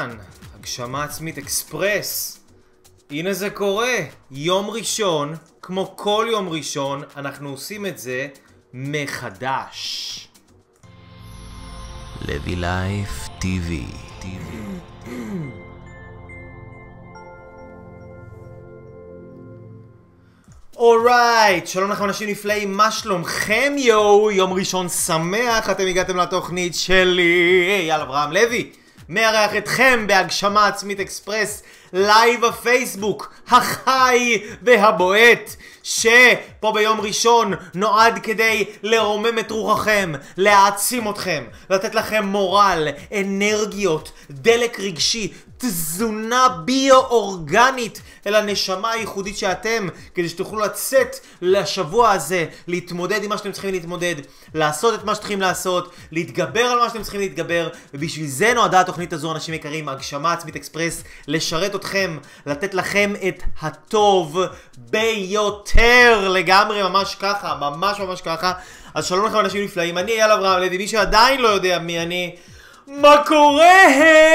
כאן, הגשמה עצמית אקספרס. הנה זה קורה, יום ראשון, כמו כל יום ראשון, אנחנו עושים את זה מחדש. לוי לייף טיווי. אורייט, שלום לכם אנשים נפלאים, מה שלומכם יו? יום ראשון שמח, אתם הגעתם לתוכנית שלי, אייל אברהם לוי, מארח אתכם בהגשמה עצמית אקספרס, לייב בפייסבוק, החי והבועט, שפה ביום ראשון נועד כדי לרומם את רוחכם, להעצים אתכם, לתת לכם מורל, אנרגיות, דלק רגשי, תזונה ביו-אורגנית אל הנשמה הייחודית שאתם, כדי שתוכלו לצאת לשבוע הזה, להתמודד עם מה שאתם צריכים להתמודד, לעשות את מה שצריכים לעשות, להתגבר על מה שאתם צריכים להתגבר, ובשביל זה נועדה התוכנית הזו, אנשים יקרים, הגשמה עצמית אקספרס, לשרת אתכם, לתת לכם את הטוב ביותר לגמרי, ממש ככה, ממש ככה. אז שלום לכם אנשים נפלאים, אני אייל אברהם לוי, מי שעדיין לא יודע מי אני, מה קורה?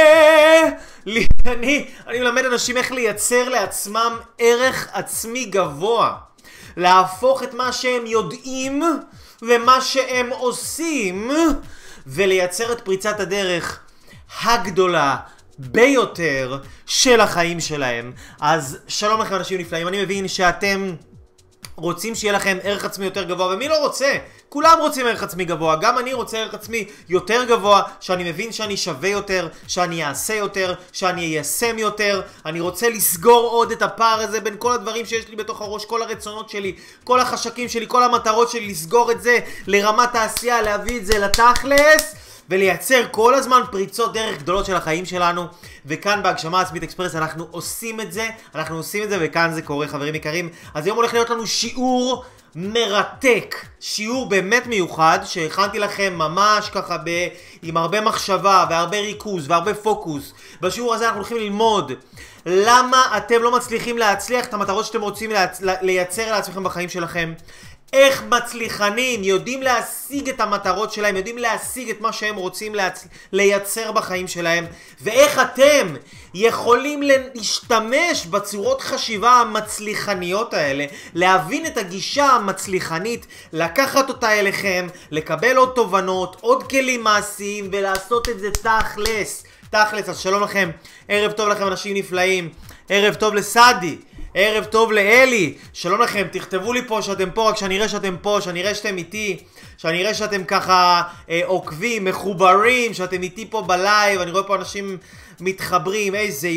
אני מלמד אנשים איך לייצר לעצמם ערך עצמי גבוה, להפוך את מה שהם יודעים ומה שהם עושים ולייצר את פריצת הדרך הגדולה ביותר של החיים שלהם. אז שלום לכם אנשים נפלאים, אני מבין שאתם רוצים שיהיה לכם ערך עצמי יותר גבוה, ומי לא רוצה? כולם רוצים ערך עצמי גבוה, גם אני רוצה ערך עצמי יותר גבוה, שאני מבין שאני שווה יותר, שאני אעשה יותר, שאני איישם יותר, אני רוצה לסגור עוד את הפער הזה בין כל הדברים שיש לי בתוך הראש, כל הרצונות שלי, כל החשקים שלי, כל המטרות שלי, לסגור את זה לרמת העשייה, להביא את זה לתכלס, ולייצר כל הזמן פריצות דרך גדולות של החיים שלנו. וכאן בהגשמה עצמית אקספרס אנחנו עושים את זה, וכאן זה קורה חברים יקרים. אז היום הולך להיות לנו שיעור מרתק, שיעור באמת מיוחד שהכנתי לכם ממש ככה עם הרבה מחשבה והרבה ריכוז והרבה פוקוס. בשיעור הזה אנחנו הולכים ללמוד למה אתם לא מצליחים להצליח את המטרות שאתם רוצים לייצר לעצמכם בחיים שלכם, איך מצליחנים יודעים להשיג את המטרות שלהם, יודעים להשיג את מה שהם רוצים לייצר בחיים שלהם, ואיך אתם יכולים להשתמש בצורות חשיבה המצליחניות האלה, להבין את הגישה המצליחנית, לקחת אותה אליכם, לקבל עוד תובנות, עוד כלים מעשיים ולעשות את זה תכלס. אז שלום לכם, ערב טוב לכם אנשים נפלאים, ערב טוב לסעדי, ערב טוב לאלי, שלום לכם, תכתבו לי פה שאתם פה, רק שאני אראה שאתם פה, שאני אראה שאתם איתי, שאני אראה שאתם ככה עוקבים, מחוברים, שאתם איתי פה בלייב, אני רואה פה אנשים מתחברים, איזה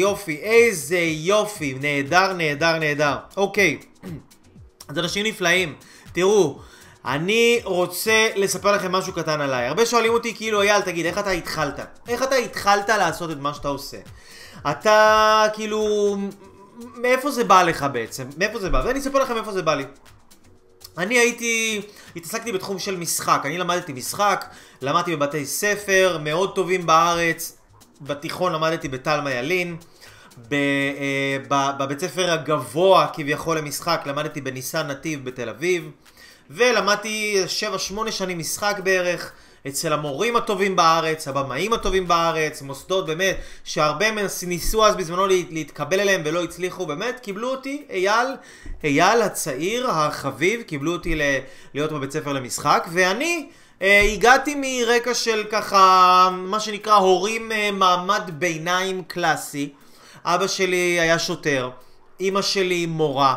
יופי, נהדר. אוקיי, אז אנשים נפלאים, תראו, אני רוצה לספר לכם משהו קטן עליי. הרבה שואלים אותי כאילו, אייל, תגיד, איך אתה התחלת לעשות את מה שאתה עושה? אתה כאילו, מאיפה זה בא לך בעצם? ואני אספר לכם מאיפה זה בא לי. אני התעסקתי בתחום של משחק. אני למדתי משחק, למדתי בבתי ספר מאוד טובים בארץ. בתיכון למדתי בתלמה ילין. בבית ספר הגבוה כביכול למשחק למדתי בניסן נתיב בתל אביב. ולמדתי 7-8 שנים משחק בערך אצל המורים הטובים בארץ, הבמאים הטובים בארץ, מוסדות באמת שהרבה ניסו אז בזמנו להתקבל אליהם ולא הצליחו, באמת קיבלו אותי, אייל הצעיר החביב, קיבלו אותי להיות בבית ספר למשחק, ואני הגעתי מרקע של ככה מה שנקרא הורים מעמד ביניים קלאסי. אבא שלי היה שוטר, אמא שלי מורה,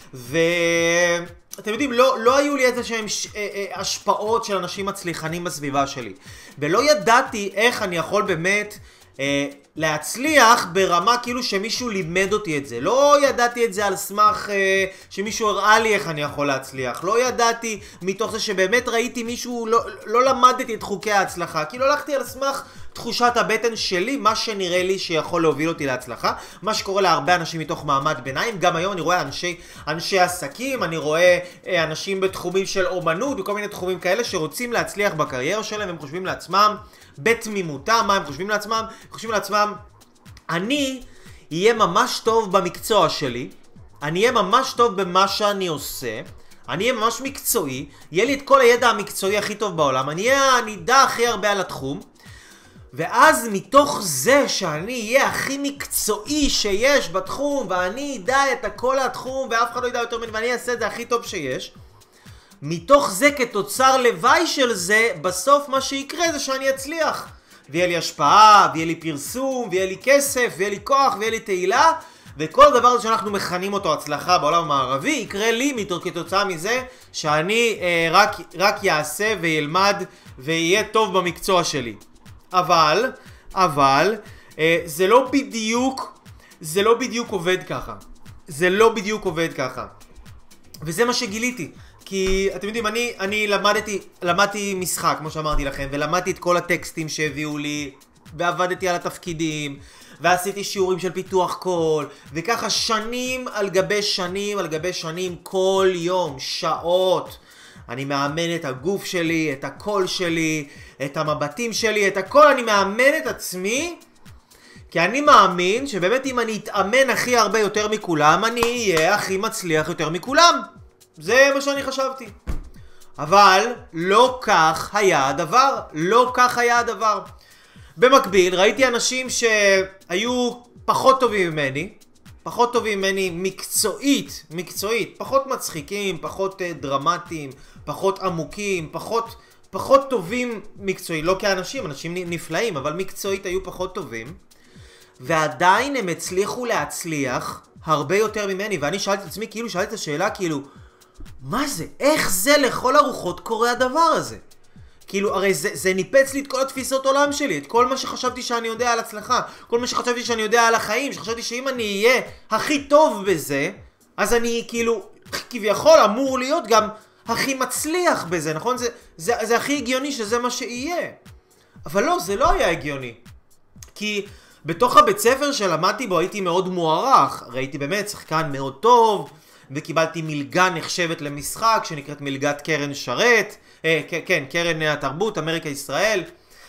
אתם יודעים, לא היו לי איזה שהם השפעות של אנשים מצליחנים בסביבה שלי. ולא ידעתי איך אני יכול באמת להצליח ברמה כאילו שמישהו לימד אותי את זה. לא ידעתי את זה על סמך שמישהו הראה לי איך אני יכול להצליח. לא ידעתי מתוך זה שבאמת ראיתי מישהו, לא למדתי את חוקי ההצלחה. כי לא הלכתי על סמך תחושת הבטן שלי, מה שנראה לי שיכול להוביל אותי להצלחה. מה שקורה להרבה אנשים מתוך מעמד ביניים. גם היום אני רואה אנשי עסקים, אני רואה אנשים בתחומים של אומנות וכל מיני תחומים כאלה שרוצים להצליח בקריירה שלהם. הם חושבים לעצמם בתמימותם, מה הם חושבים לעצמם? הם חושבים לעצמם, אני אהיה ממש טוב במקצוע שלי, אני אהיה ממש טוב במה שאני עושה, אני אהיה ממש מקצועי, יהיה לי את כל הידע המקצועי הכי טוב בעולם, אני אדע הכי הרבה על התחום, ואז מתוך זה שאני אהיה הכי מקצועי שיש בתחום, ואני אדע את כל התחום, ואף אחד לא ידע יותר ממני, ואני אעשה את זה הכי טוב שיש, מתוך זה כתוצר לוואי של זה, בסוף מה שיקרה זה שאני אצליח. ויהיה לי השפעה, ויהיה לי פרסום, ויהיה לי כסף, ויהיה לי כוח, ויהיה לי תהילה, וכל הדבר הזה שאנחנו מכנים אותו הצלחה בעולם המערבי, יקרה לי כתוצאה מזה שאני רק יעשה וילמד ויהיה טוב במקצוע שלי. אבל, זה לא בדיוק עובד ככה. זה לא בדיוק עובד ככה. וזה מה שגיליתי. כי אתם יודעים, אני למדתי משחק, כמו שאמרתי לכם, ולמדתי את כל הטקסטים שהביאו לי, ועבדתי על התפקידים, ועשיתי שיעורים של פיתוח קול, וככה שנים על גבי שנים על גבי שנים, כל יום, שעות. אני מאמן את הגוף שלי, את הקול שלי, את המבטים שלי, את הכל אני מאמן את עצמי, כי אני מאמין שבאמת אם אני אתאמן הכי הרבה יותר מכולם, אני אהיה הכי מצליח יותר מכולם. זה מה שאני חשבתי. אבל לא כך היה הדבר. לא כך היה הדבר. במקביל ראיתי אנשים שהיו פחות טובים ממני מקצועית, פחות מצחיקים, פחות דרמטיים, פחות עמוקים, פחות טובים מקצועית, לא כאנשים, אנשים נפלאים, אבל מקצועית היו פחות טובים, ועדיין הם הצליחו להצליח הרבה יותר ממני, ואני שאלתי את עצמי, שאלתי את השאלה, מה זה? איך זה לכל הרוחות קורה הדבר הזה? הרי זה ניפץ לי את כל התפיסות עולם שלי, את כל מה שחשבתי שאני יודע על הצלחה, כל מה שחשבתי שאני יודע על החיים, שחשבתי שאם אני אהיה הכי טוב בזה, אז אני כביכול אמור להיות גם הכי מצליח בזה, נכון? זה הכי הגיוני שזה מה שיהיה. אבל לא, זה לא היה הגיוני. כי בתוך הבית ספר שלמדתי בו הייתי מאוד מוערך, ראיתי באמת שחקן מאוד טוב, וקיבלתי מלגה נחשבת למשחק שנקראת מלגת קרן שרת, קרן התרבות, אמריקה ישראל,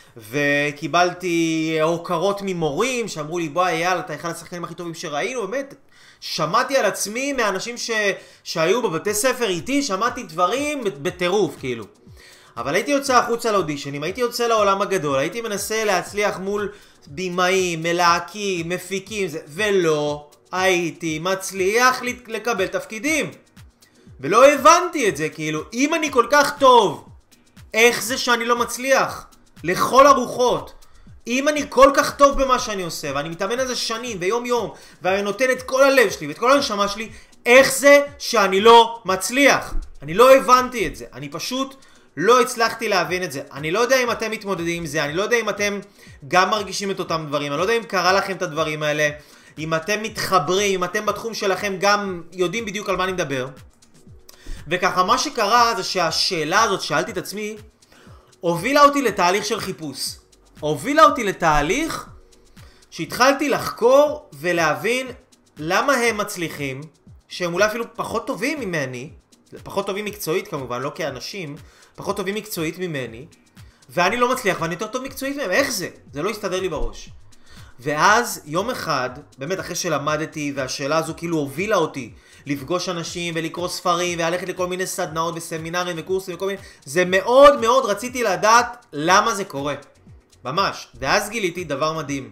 וקיבלתי הוקרות ממורים שאמרו לי, בוא אייל, אתה אחד השחקנים הכי טובים שראינו, באמת, שמעתי על עצמי מאנשים שהיו בבתי ספר איתי, שמעתי דברים בטירוף, אבל הייתי יוצא החוצה לאודישנים, הייתי יוצא לעולם הגדול, הייתי מנסה להצליח מול בימאים, מלהקים, מפיקים, ולא הייתי מצליח לקבל תפקידים. ולא הבנתי את זה, אם אני כל כך טוב, איך זה שאני לא מצליח? לכל הרוחות. אם אני כל כך טוב במה שאני עושה, ואני מתאמן על זה שנים ויום יום, ואני נותן את כל הלב שלי ואת כל הנשמה שלי, איך זה שאני לא מצליח? אני לא הבנתי את זה. אני פשוט לא הצלחתי להבין את זה. אני לא יודע אם אתם מתמודדים עם זה, אני לא יודע אם אתם גם מרגישים את אותם דברים, אני לא יודע אם קרה לכם את הדברים האלה, אם אתם מתחברים, אם אתם בתחום שלכם גם יודעים בדיוק על מה אני מדבר. וככה מה שקרה זה שהשאלה הזאת שאלתי את עצמי הובילה אותי לתהליך של חיפוש. הובילה אותי לתהליך שהתחלתי לחקור ולהבין למה הם מצליחים, שהם אולי אפילו פחות טובים ממני, פחות טובים מקצועית כמובן, לא כאנשים, פחות טובים מקצועית ממני, ואני לא מצליח ואני יותר טוב מקצועית מהם. איך זה? זה לא הסתדר לי בראש. ואז יום אחד, באמת אחרי שלמדתי והשאלה הזו הובילה אותי לפגוש אנשים ולקרוא ספרים וללכת לכל מיני סדנאות וסמינרים וקורסים וכל מיני, זה מאוד מאוד רציתי לדעת למה זה קורה. ממש. ואז גיליתי דבר מדהים.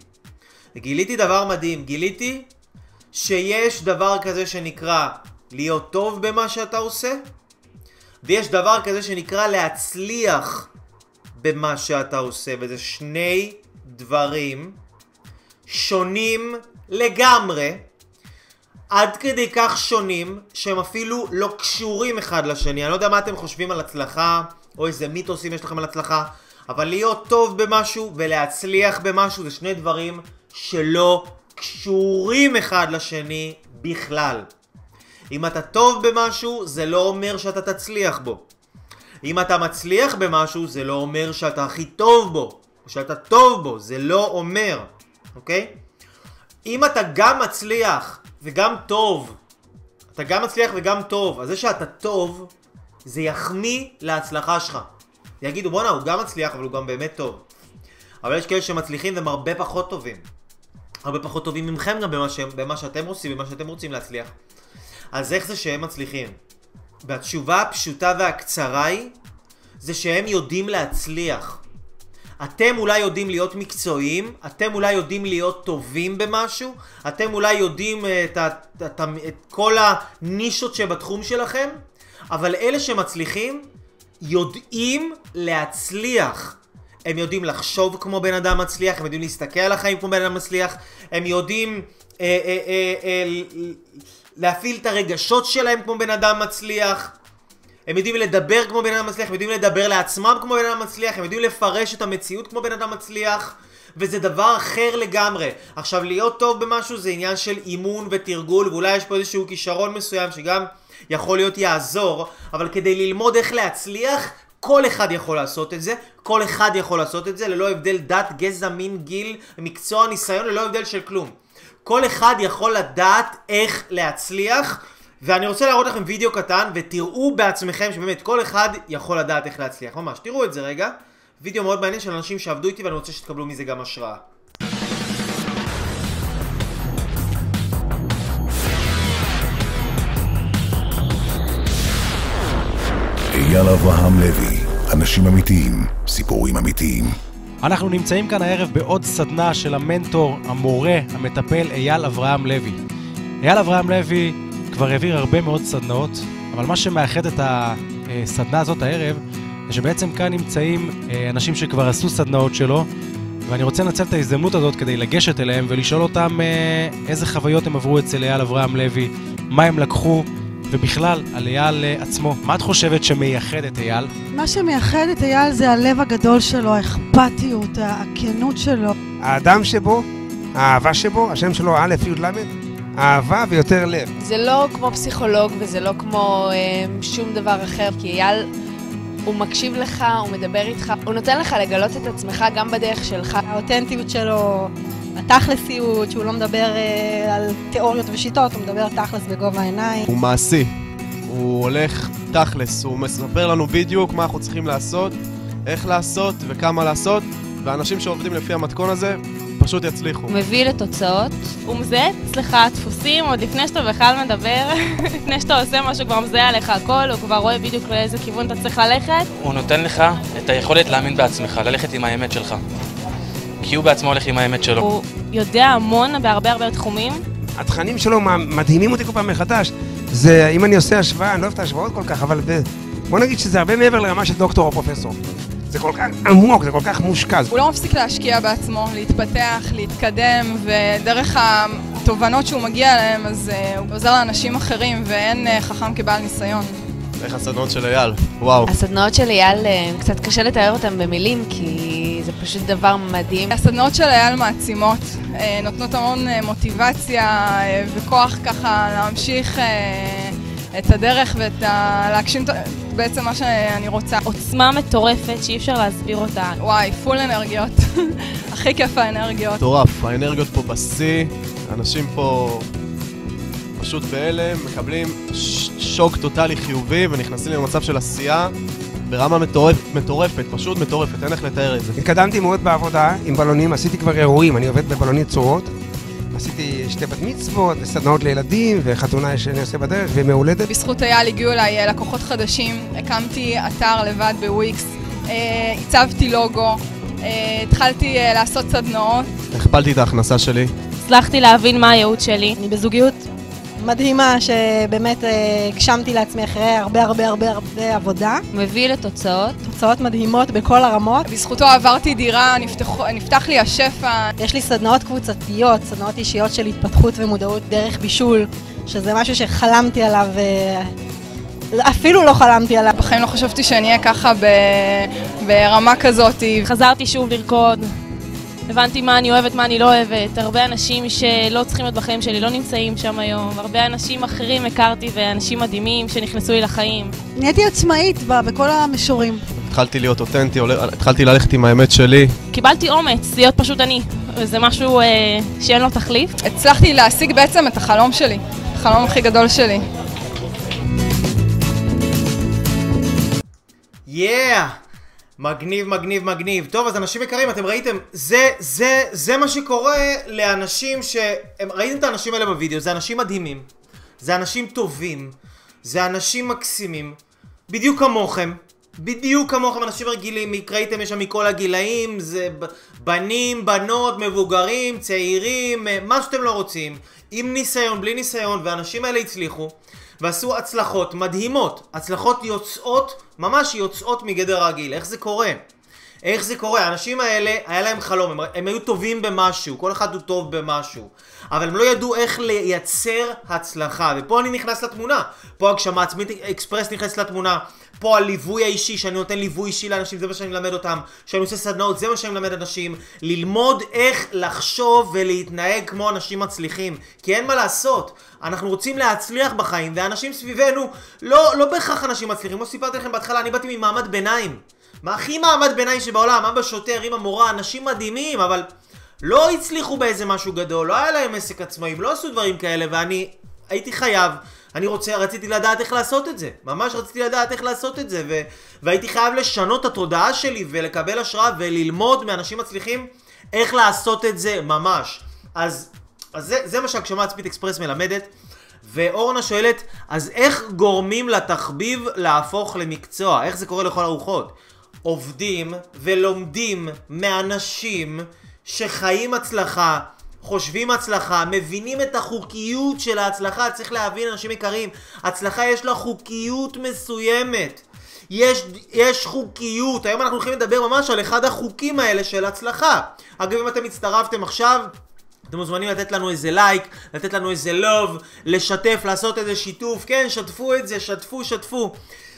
גיליתי שיש דבר כזה שנקרא להיות טוב במה שאתה עושה, ויש דבר כזה שנקרא להצליח במה שאתה עושה, וזה שני דברים שונים לגמרי, עד כדי כך שונים שהם אפילו לא קשורים אחד לשני. אני לא יודע מה אתם חושבים על הצלחה, או איזה מיתוסים יש לכם על הצלחה, אבל להיות טוב במשהו ולהצליח במשהו זה שני דברים שלא קשורים אחד לשני בכלל. אם אתה טוב במשהו זה לא אומר שאתה תצליח בו. אם אתה מצליח במשהו זה לא אומר שאתה הכי טוב בו, או שאתה טוב בו, זה לא אומר, אוקיי? אם אתה גם מצליח וגם טוב, אז זה שאתה טוב זה יחמיא להצלחה שלך. יגידו בואנה הוא גם מצליח אבל הוא גם באמת טוב. אבל יש כאלה שמצליחים והם הרבה פחות טובים. הרבה פחות טובים ממכם גם במה שאתם עושים, במה שאתם רוצים להצליח. אז איך זה שהם מצליחים? והתשובה הפשוטה והקצרה היא, זה שהם יודעים להצליח. אתם אולי יודעים להיות מקצועיים, אתם אולי יודעים להיות טובים במשהו, אתם אולי יודעים את כל הנישות שבתחום שלכם, אבל אלה שמצליחים יודעים להצליח. הם יודעים לחשוב כמו בן אדם מצליח, הם יודעים להסתכל על החיים כמו בן אדם מצליח, הם יודעים להפעיל את הרגשות שלהם כמו בן אדם מצליח, הם יודעים לדבר כמו בן אדם מצליח, הם יודעים לדבר לעצמם כמו בן אדם מצליח, הם יודעים לפרש את המציאות כמו בן אדם מצליח, וזה דבר אחר לגמרי. עכשיו, להיות טוב במשהו זה עניין של אימון ותרגול, ואולי יש פה איזשהו כישרון מסוים שגם יכול להיות יעזור, אבל כדי ללמוד איך להצליח, כל אחד יכול לעשות את זה, כל אחד יכול לעשות את זה, ללא הבדל דת, גזע, מין, גיל, מקצוע, ניסיון, ללא הבדל של כלום. כל אחד יכול לדעת איך להצליח, ואני רוצה להראות לכם וידאו קטן, ותראו בעצמכם שבאמת כל אחד יכול לדעת איך להצליח. ממש, תראו את זה רגע. וידאו מאוד מעניין של אנשים שעבדו איתי, ואני רוצה שתקבלו מזה גם השראה. אייל אברהם לוי, אנשים אמיתיים, סיפורים אמיתיים. אנחנו נמצאים כאן הערב בעוד סדנה של המנטור, המורה, המטפל אייל אברהם לוי. אייל אברהם לוי כבר העביר הרבה מאוד סדנאות, אבל מה שמאחד את הסדנה הזאת הערב, זה שבעצם כאן נמצאים אנשים שכבר עשו סדנאות שלו, ואני רוצה לנצל את ההזדמנות הזאת כדי לגשת אליהם ולשאול אותם איזה חוויות הם עברו אצל אייל אברהם לוי, מה הם לקחו, ובכלל על אייל עצמו. מה את חושבת שמייחד את אייל? מה שמייחד את אייל זה הלב הגדול שלו, האכפתיות, הכנות שלו. האדם שבו, האהבה שבו, השם שלו א' י' ל', אהבה ויותר לב. זה לא כמו פסיכולוג וזה לא כמו שום דבר אחר, כי אייל הוא מקשיב לך, הוא מדבר איתך, הוא נותן לך לגלות את עצמך גם בדרך שלך. האותנטיות שלו, התכלסיות, שהוא לא מדבר על תיאוריות ושיטות, הוא מדבר תכלס בגובה העיניים. הוא מעשי, הוא הולך תכלס, הוא מספר לנו בדיוק מה אנחנו צריכים לעשות, איך לעשות וכמה לעשות, ואנשים שעובדים לפי המתכון הזה פשוט יצליחו. הוא מביא לתוצאות, הוא מזהה אצלך דפוסים עוד לפני שאתה בכלל מדבר, לפני שאתה עושה משהו כבר מזהה עליך הכל, הוא כבר רואה בדיוק לאיזה כיוון אתה צריך ללכת. הוא נותן לך את היכולת להאמין בעצמך, ללכת עם האמת שלך. כי הוא בעצמו הולך עם האמת שלו. הוא יודע המון בהרבה תחומים. התכנים שלו מדהימים אותי כל פעם מחדש. זה, אם אני עושה השוואה, אני לא אוהב את ההשוואות כל כך, אבל בוא נגיד שזה הרבה מעבר לרמה של דוקטור או פרופסור. זה כל כך עמוק, זה כל כך מושקע. הוא לא מפסיק להשקיע בעצמו, להתפתח, להתקדם, ודרך התובנות שהוא מגיע אליהם, אז הוא עוזר לאנשים אחרים, ואין חכם כבעל ניסיון. איך הסדנאות של אייל? וואו. הסדנאות של אייל, קצת קשה לתאר אותם במילים, כי זה פשוט דבר מדהים. הסדנאות של אייל מעצימות, נותנות המון מוטיבציה וכוח ככה להמשיך את הדרך להגשים בעצם מה שאני רוצה. עוצמה מטורפת שאי אפשר להסביר אותה. וואי, פול אנרגיות. הכי כיף האנרגיות. מטורף, האנרגיות פה בשיא, אנשים פה פשוט בהלם, מקבלים שוק טוטלי חיובי ונכנסים למצב של עשייה ברמה מטורפת, פשוט מטורפת, אין איך לתאר את זה. התקדמתי מאוד בעבודה עם בלונים, עשיתי כבר אירועים, אני עובד בבלונית צורות. עשיתי 2 בת מצוות, סדנאות לילדים וחתונה שאני עושה בדרך ומהולדת. בזכות אייל הגיעו אליי לקוחות חדשים, הקמתי אתר לבד בוויקס, הצבתי לוגו, התחלתי לעשות סדנאות. הכפלתי את ההכנסה שלי. הצלחתי להבין מה הייעוד שלי. אני בזוגיות מדהימה שבאמת הגשמתי לעצמי אחרי הרבה עבודה. הוא מביא לתוצאות. תוצאות מדהימות בכל הרמות. בזכותו עברתי דירה, נפתח לי השפע. יש לי סדנאות קבוצתיות, סדנאות אישיות של התפתחות ומודעות דרך בישול, שזה משהו שחלמתי עליו, אפילו לא חלמתי עליו. בחיים לא חשבתי שאני אהיה ככה ברמה כזאת. חזרתי שוב לרקוד. הבנתי מה אני אוהבת, מה אני לא אוהבת. הרבה אנשים שלא צריכים להיות בחיים שלי לא נמצאים שם היום. הרבה אנשים אחרים הכרתי ואנשים מדהימים שנכנסו לי לחיים. נהייתי עצמאית בכל המישורים. התחלתי להיות אותנטי, התחלתי ללכת עם האמת שלי. קיבלתי אומץ להיות פשוט אני. זה משהו שאין לו תחליף. הצלחתי להשיג בעצם את החלום שלי. החלום הכי גדול שלי. מגניב, מגניב, מגניב. טוב, אז אנשים יקרים, אתם ראיתם, זה מה שקורה לאנשים ראיתם את האנשים האלה בווידאו, זה אנשים מדהימים, זה אנשים טובים, זה אנשים מקסימים, בדיוק כמוכם, בדיוק כמוכם, אנשים רגילים, ראיתם, יש שם מכל הגילאים, זה בנים, בנות, מבוגרים, צעירים, מה שאתם לא רוצים, עם ניסיון, בלי ניסיון, והאנשים האלה הצליחו, ועשו הצלחות מדהימות, הצלחות יוצאות, ממש יוצאות מגדר רגיל. איך זה קורה? איך זה קורה? האנשים האלה, היה להם חלום, הם היו טובים במשהו, כל אחד הוא טוב במשהו, אבל הם לא ידעו איך לייצר הצלחה, ופה אני נכנס לתמונה, פה הגשמה עצמית אקספרס נכנס לתמונה, פה הליווי האישי, שאני נותן ליווי אישי לאנשים, זה מה שאני מלמד אותם, שאני עושה סדנאות, זה מה שאני מלמד אנשים, ללמוד איך לחשוב ולהתנהג כמו אנשים מצליחים, כי אין מה לעשות, אנחנו רוצים להצליח בחיים, והאנשים סביבנו לא בהכרח אנשים מצליחים. כמו סיפרתי לכם בהתחלה, אני באתי ממעמד ביניים, מה הכי מעמד ביניים שבעולם, אבא שוטר, אמא מורה, אנשים מדהימים, אבל לא הצליחו באיזה משהו גדול, לא היה להם עסק עצמאים, לא עשו דברים כאלה, ואני הייתי חייב, רציתי לדעת איך לעשות את זה, ממש רציתי לדעת איך לעשות את זה, והייתי חייב לשנות את התודעה שלי ולקבל השראה וללמוד מאנשים מצליחים איך לעשות את זה ממש. אז זה מה שהגשמה עצמית אקספרס מלמדת. ואורנה שואלת, אז איך גורמים לתחביב להפוך למקצוע? איך זה קורה לכל הרוחות? עובדים ולומדים מאנשים שחיים הצלחה, חושבים הצלחה, מבינים את החוקיות של ההצלחה. צריך להבין, אנשים יקרים, הצלחה יש לה חוקיות מסוימת. יש חוקיות. היום אנחנו הולכים לדבר ממש על אחד החוקים האלה של הצלחה. אגב, אם אתם הצטרפתם עכשיו, אתם מוזמנים לתת לנו איזה לייק, לתת לנו איזה לוב, לשתף, לעשות איזה שיתוף. כן, שתפו את זה, שתפו.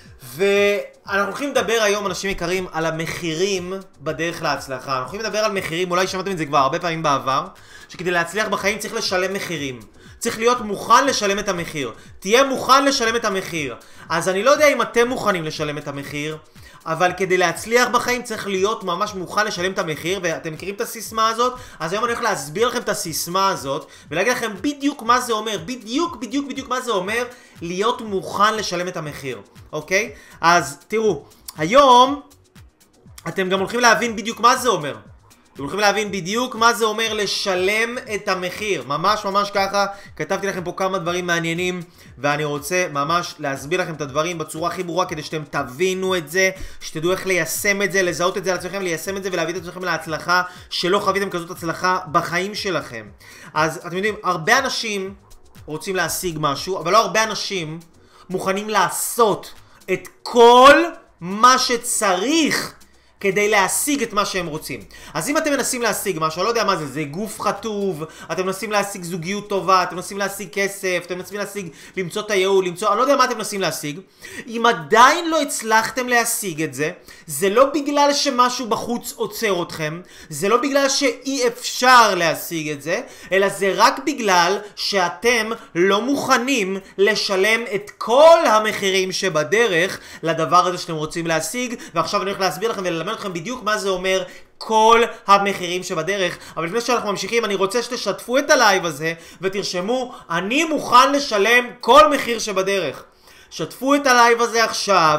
ואנחנו הולכים לדבר היום, אנשים יקרים, על המחירים בדרך להצלחה. אנחנו הולכים לדבר על מחירים, אולי שמעתם את זה כבר הרבה פעמים בעבר, שכדי להצליח בחיים צריך לשלם מחירים. צריך להיות מוכן לשלם את המחיר. תהיה מוכן לשלם את המחיר. אז אני לא יודע אם אתם מוכנים לשלם את המחיר, אבל כדי להצליח בחיים צריך להיות ממש מוכן לשלם את המחיר, ואתם מכירים את הסיסמה הזאת? אז היום אני הולך להסביר לכם את הסיסמה הזאת, ולהגיד לכם בדיוק מה זה אומר, בדיוק מה זה אומר להיות מוכן לשלם את המחיר, אוקיי? אז תראו, היום אתם גם הולכים להבין בדיוק מה זה אומר. אתם הולכים להבין בדיוק מה זה אומר לשלם את המחיר. ממש ככה. כתבתי לכם פה כמה דברים מעניינים, ואני רוצה ממש להסביר לכם את הדברים בצורה הכי ברורה, כדי שאתם תבינו את זה, שתדעו איך ליישם את זה, לזהות את זה על עצמכם, ליישם את זה ולהביא את עצמכם להצלחה, שלא חוויתם כזאת הצלחה בחיים שלכם. אז אתם יודעים, הרבה אנשים רוצים להשיג משהו, אבל לא הרבה אנשים מוכנים לעשות את כל מה שצריך כדי להשיג את מה שהם רוצים. אז אם אתם מנסים להשיג משהו, אני לא יודע מה זה, זה גוף חטוב, אתם מנסים להשיג זוגיות טובה, אתם מנסים להשיג כסף, אתם מנסים להשיג, למצוא את הייעול, אני לא יודע מה אתם מנסים להשיג. אם עדיין לא הצלחתם להשיג את זה, זה לא בגלל שמשהו בחוץ עוצר אתכם, זה לא בגלל שאי אפשר להשיג את זה, אלא זה רק בגלל שאתם לא מוכנים לשלם את כל המחירים שבדרך לדבר הזה שאתם רוצים להשיג. ועכשיו אני הולך להסביר לכם וללמד אתכם בדיוק מה זה אומר כל המחירים שבדרך. אבל לפני שאנחנו ממשיכים, אני רוצה שתשתפו את הלייב הזה ותרשמו, אני מוכן לשלם כל מחיר שבדרך. שתפו את הלייב הזה עכשיו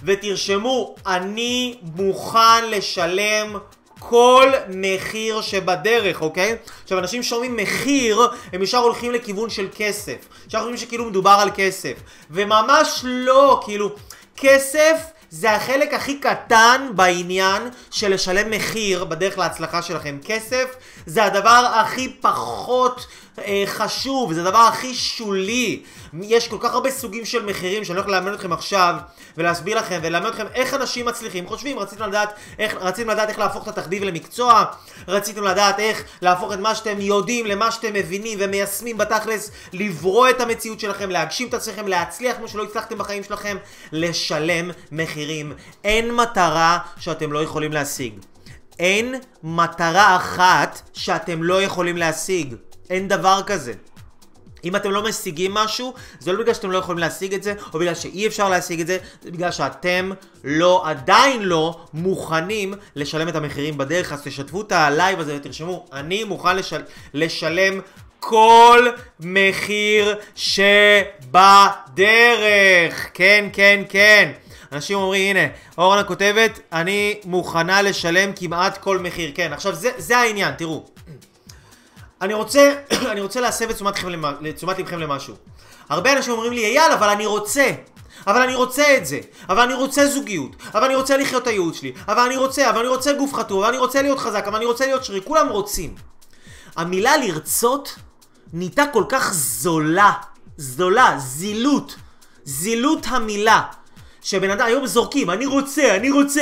ותרשמו, אני מוכן לשלם כל מחיר שבדרך, אוקיי? עכשיו, אנשים שומעים מחיר, הם ישר הולכים לכיוון של כסף. ישר חושבים שכאילו מדובר על כסף. וממש לא, כאילו, כסף זה החלק הכי קטן בעניין של לשלם מחיר בדרך להצלחה שלכם. כסף זה הדבר הכי פחות חשוב, זה הדבר הכי שולי. יש כל כך הרבה סוגים של מחירים שאני הולך ללמד אתכם עכשיו ולהסביר לכם וללמד אתכם איך אנשים מצליחים חושבים. רציתם לדעת איך להפוך את התחביב למקצוע, רציתם לדעת איך להפוך את מה שאתם יודעים למה שאתם מבינים ומיישמים בתכלס, לברוא את המציאות שלכם, להגשים את עצמכם, להצליח כמו שלא הצלחתם בחיים שלכם, לשלם מחירים. אין מטרה שאתם לא יכולים להשיג. אין מטרה אחת שאתם לא יכולים להשיג. אין דבר כזה. אם אתם לא משיגים משהו, זה לא בגלל שאתם לא יכולים להשיג את זה, או בגלל שאי אפשר להשיג את זה, זה בגלל שאתם עדיין לא מוכנים לשלם את המחירים בדרך. אז תשתפו את הלייב הזה ותרשמו, אני מוכן לשלם כל מחיר שבדרך. כן. אנשים אומרים, הנה, אורנה כותבת, אני מוכנה לשלם כמעט כל מחיר. כן, עכשיו זה העניין, תראו. אני רוצה להסב את תשומת לבכם למשהו. הרבה אנשים אומרים לי, אייל, אבל אבל אני רוצה את זה, אבל אני רוצה זוגיות, אבל אני רוצה לחיות את הייעוד שלי, אבל אני רוצה גוף חטוב, אבל אני רוצה להיות חזק, אבל אני רוצה להיות שרי, כולם רוצים. המילה לרצות נהייתה כל כך זולה, זילות המילה, שבן אדם היום זורקים, אני רוצה.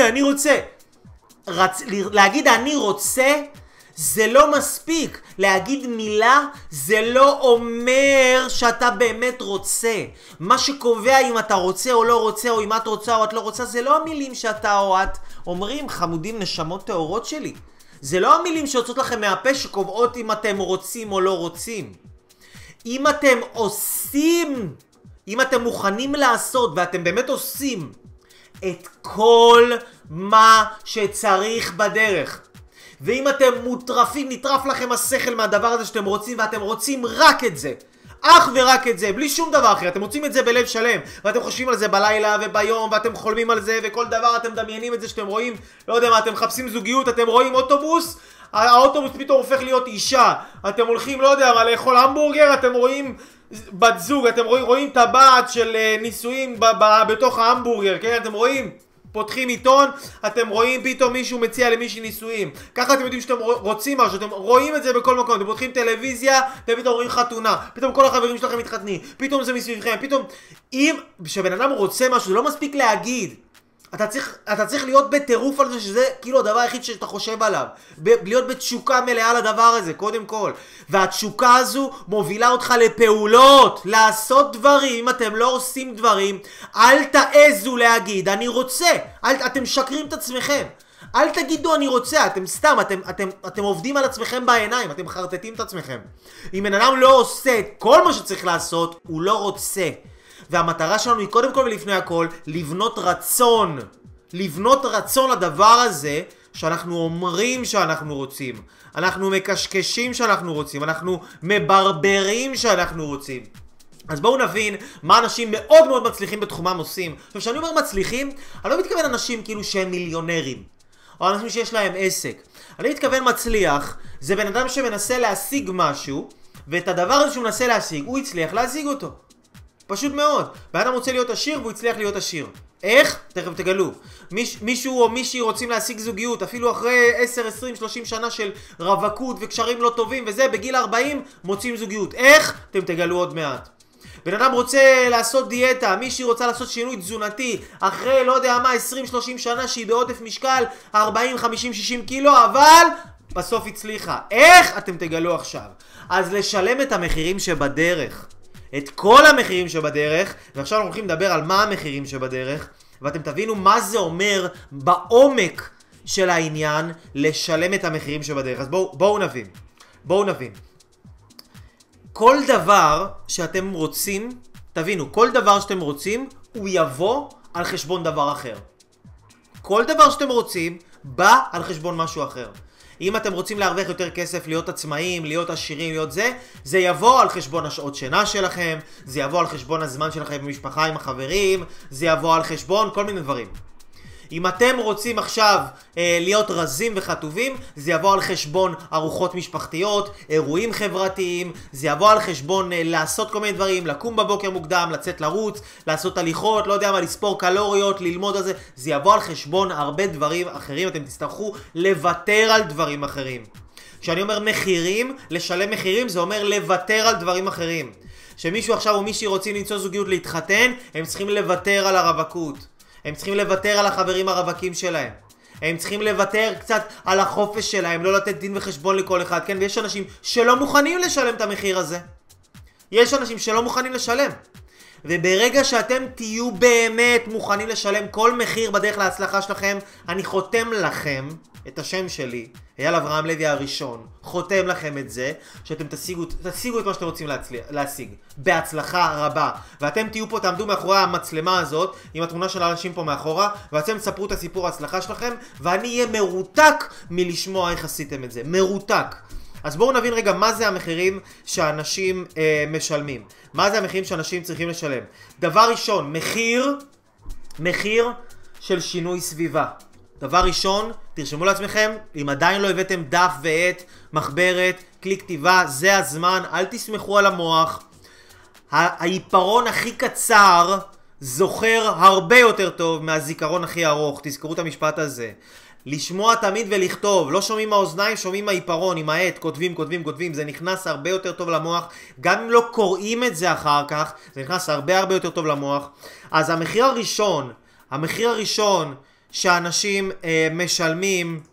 להגיד אני רוצה, זה לא מספיק. להגיד מילה, זה לא אומר שאתה באמת רוצה. מה שקובע אם אתה רוצה או לא רוצה, או אם את רוצה או את לא רוצה, זה לא המילים שאתה או את אומרים, חמודים נשמות טהורות שלי. זה לא המילים שיוצאות לכם מהפה שקובעות אם אתם רוצים או לא רוצים. אם אתם עושים, אם אתם מוכנים לעשות, ואתם באמת עושים את כל מה שצריך בדרך, ואם אתם מוטרפים, נטרף לכם השכל מהדבר הזה שאתם רוצים, ואתם רוצים רק את זה, אך ורק את זה, בלי שום דבר אחר, אתם רוצים את זה בלב שלם, ואתם חושבים על זה בלילה וביום, ואתם חולמים על זה, וכל דבר אתם דמיינים את זה שאתם רואים, לא יודע מה, אתם מחפשים זוגיות, אתם רואים אוטובוס, האוטובוס פתאום הופך להיות אישה, אתם הולכים, לא יודע מה, לאכול המבורגר, אתם רואים בת זוג, אתם רואים טבעת של נישואים בתוך ההמבורגר, כן? אתם רואים, פותחים עיתון, אתם רואים פתאום מישהו מציע למישהי נישואים. ככה אתם יודעים שאתם רוצים משהו, אתם רואים את זה בכל מקום, אתם פותחים טלוויזיה, ופתאום רואים חתונה, פתאום כל החברים שלכם מתחתנים, פתאום זה מסביבכם, פתאום, אם שבן אדם רוצה משהו, זה לא מספיק להגיד. אתה צריך להיות בטירוף על זה, שזה כאילו הדבר היחיד שאתה חושב עליו. להיות בתשוקה מלאה לדבר הזה, קודם כל. והתשוקה הזו מובילה אותך לפעולות, לעשות דברים. אם אתם לא עושים דברים, אל תעזו להגיד, אני רוצה. אתם שקרים את עצמכם. אל תגידו אני רוצה, אתם סתם, אתם עובדים על עצמכם בעיניים, אתם חרטטים את עצמכם. אם בן אדם לא עושה את כל מה שצריך לעשות, הוא לא רוצה. והמטרה שלנו היא קודם כל ולפני הכל לבנות רצון. לבנות רצון לדבר הזה שאנחנו אומרים שאנחנו רוצים. אנחנו מקשקשים שאנחנו רוצים. אנחנו מברברים שאנחנו רוצים. אז בואו נבין מה אנשים מאוד מאוד מצליחים בתחומם עושים. עכשיו, כשאני אומר מצליחים, אני לא מתכוון אנשים כאילו שהם מיליונרים. או אנשים שיש להם עסק. אני מתכוון מצליח, זה בן אדם שמנסה להשיג משהו, ואת הדבר הזה שהוא מנסה להשיג, הוא הצליח להשיג אותו. פשוט מאוד. בן אדם רוצה להיות עשיר והוא הצליח להיות עשיר. איך? תכף תגלו. מישהו או מישהי רוצים להשיג זוגיות, אפילו אחרי 10, 20, 30 שנה של רווקות וקשרים לא טובים וזה, בגיל 40 מוצאים זוגיות. איך? אתם תגלו עוד מעט. בן אדם רוצה לעשות דיאטה, מישהי רוצה לעשות שינוי תזונתי, אחרי לא יודע מה 20, 30 שנה שהיא בעודף משקל 40, 50, 60 קילו, אבל בסוף הצליחה. איך? אתם תגלו עכשיו. אז לשלם את המחירים שבדרך. את כל המחירים שבדרך, ועכשיו אנחנו הולכים לדבר על מה המחירים שבדרך, ואתם תבינו מה זה אומר בעומק של העניין לשלם את המחירים שבדרך. אז בואו נבין. כל דבר שאתם רוצים, תבינו, כל דבר שאתם רוצים, הוא יבוא על חשבון דבר אחר. כל דבר שאתם רוצים, בא על חשבון משהו אחר. אם אתם רוצים להרוויח יותר כסף, להיות עצמאים, להיות עשירים, להיות זה יבוא על חשבון השעות שינה שלכם, זה יבוא על חשבון הזמן שלכם במשפחה עם החברים, זה יבוא על חשבון כל מיני דברים. אם אתם רוצים עכשיו להיות רזים וחטובים, זה יבוא על חשבון ארוחות משפחתיות, אירועים חברתיים, זה יבוא על חשבון לעשות כל מיני דברים, לקום בבוקר מוקדם, לצאת לרוץ, לעשות הליכות, לא יודע מה, לספור קלוריות, ללמוד על זה, זה יבוא על חשבון הרבה דברים אחרים, אתם תצטרכו לוותר על דברים אחרים. כשאני אומר מחירים, לשלם מחירים, זה אומר לוותר על דברים אחרים. שמישהו עכשיו או מישהי רוצים למצוא זוגיות להתחתן, הם צריכים לוותר על הרווקות. הם צריכים לוותר על החברים הרווקים שלהם. הם צריכים לוותר קצת על החופש שלהם, לא לתת דין וחשבון לכל אחד, כן? ויש אנשים שלא מוכנים לשלם את המחיר הזה. יש אנשים שלא מוכנים לשלם. וברגע שאתם תהיו באמת מוכנים לשלם כל מחיר בדרך להצלחה שלכם, אני חותם לכם את השם שלי, אייל אברהם לוי הראשון, חותם לכם את זה, שאתם תשיגו את מה שאתם רוצים להשיג, בהצלחה רבה. ואתם תהיו פה, תעמדו מאחורי המצלמה הזאת, עם התמונה של האנשים פה מאחורה, ואתם תספרו את הסיפור ההצלחה שלכם, ואני אהיה מרותק מלשמוע איך עשיתם את זה, מרותק. אז בואו נבין רגע מה זה המחירים שאנשים משלמים. מה זה המחירים שאנשים צריכים לשלם. דבר ראשון, מחיר של שינוי סביבה. דבר ראשון, תרשמו לעצמכם, אם עדיין לא הבאתם דף ועט, מחברת, כלי כתיבה, זה הזמן, אל תסמכו על המוח. העיפרון הכי קצר זוכר הרבה יותר טוב מהזיכרון הכי ארוך. תזכרו את המשפט הזה. לשמוע תמיד ולכתוב, לא שומעים מהאוזניים, שומעים מהעיפרון, עם העט, כותבים, זה נכנס הרבה יותר טוב למוח, גם אם לא קוראים את זה אחר כך, זה נכנס הרבה יותר טוב למוח. אז המחיר הראשון שאנשים משלמים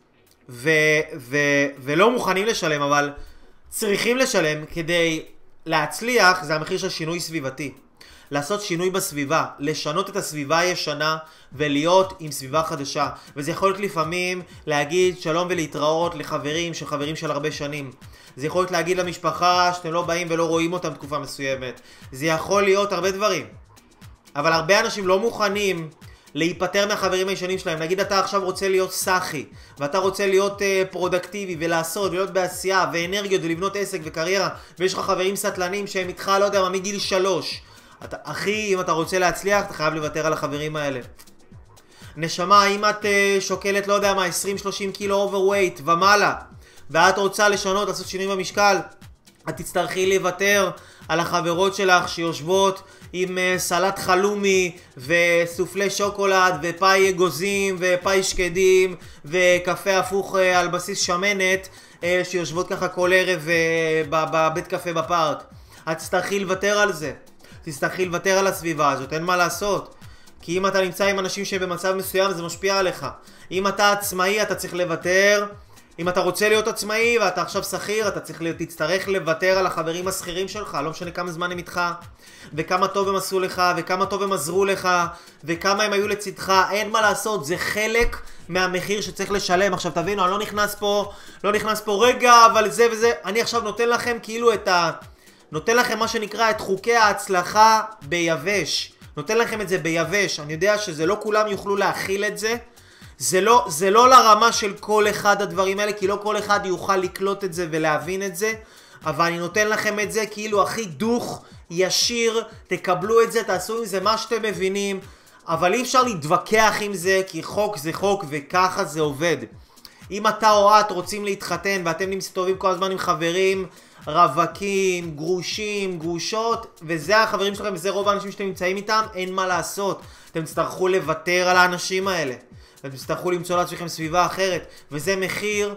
ולא מוכנים לשלם, אבל צריכים לשלם כדי להצליח, זה המחיר של שינוי סביבתי. לעשות שינוי בסביבה, לשנות את הסביבה הישנה ולהיות עם סביבה חדשה. וזה יכול להיות לפעמים להגיד שלום ולהתראות לחברים של הרבה שנים. זה יכול להיות להגיד למשפחה שאתם לא באים ולא רואים אותם תקופה מסוימת. זה יכול להיות הרבה דברים. אבל הרבה אנשים לא מוכנים להיפטר מהחברים הישנים שלהם. נגיד אתה עכשיו רוצה להיות סחי, ואתה רוצה להיות פרודקטיבי ולעשות ולהיות בעשייה ואנרגיות ולבנות עסק וקריירה, ויש לך חברים סטלנים שהם איתך לא יודע מה מגיל 3. אחי, אם אתה רוצה להצליח, אתה חייב לוותר על החברים האלה. נשמה, אם את שוקלת, לא יודע מה, 20-30 קילו אוברווייט ומעלה, ואת רוצה לשנות, לעשות שינוי במשקל, את תצטרכי לוותר על החברות שלך שיושבות עם סלט חלומי וסופלי שוקולד ופאי אגוזים ופאי שקדים וקפה הפוך על בסיס שמנת שיושבות ככה כל ערב בבית קפה בפארק. את תצטרכי לוותר על זה. תצטרכי לוותר על הסביבה הזאת, אין מה לעשות. כי אם אתה נמצא עם אנשים שבמצב מסוים זה משפיע עליך. אם אתה עצמאי אתה צריך לוותר. אם אתה רוצה להיות עצמאי ואתה עכשיו שכיר, אתה תצטרך לוותר על החברים השכירים שלך, לא משנה כמה זמן הם איתך, וכמה טוב הם עשו לך, וכמה טוב הם עזרו לך, וכמה הם היו לצדך. אין מה לעשות, זה חלק מהמחיר שצריך לשלם. עכשיו תבינו, אני לא נכנס פה רגע, אבל זה וזה, אני עכשיו נותן לכם כאילו נותן לכם מה שנקרא את חוקי ההצלחה ביבש. נותן לכם את זה ביבש. אני יודע שזה לא כולם יוכלו להכיל את זה. זה לא לרמה של כל אחד הדברים האלה, כי לא כל אחד יוכל לקלוט את זה ולהבין את זה. אבל אני נותן לכם את זה כאילו הכי דוך, ישיר, תקבלו את זה, תעשו עם זה מה שאתם מבינים. אבל אי אפשר להתווכח עם זה, כי חוק זה חוק וככה זה עובד. אם אתה או את רוצים להתחתן ואתם מסתובבים כל הזמן עם חברים, רווקים, גרושים, גרושות, וזה החברים שלכם וזה רוב האנשים שאתם נמצאים איתם, אין מה לעשות. אתם תצטרכו לוותר על האנשים האלה. אתם תצטרכו למצוא לעצמכם סביבה אחרת. וזה מחיר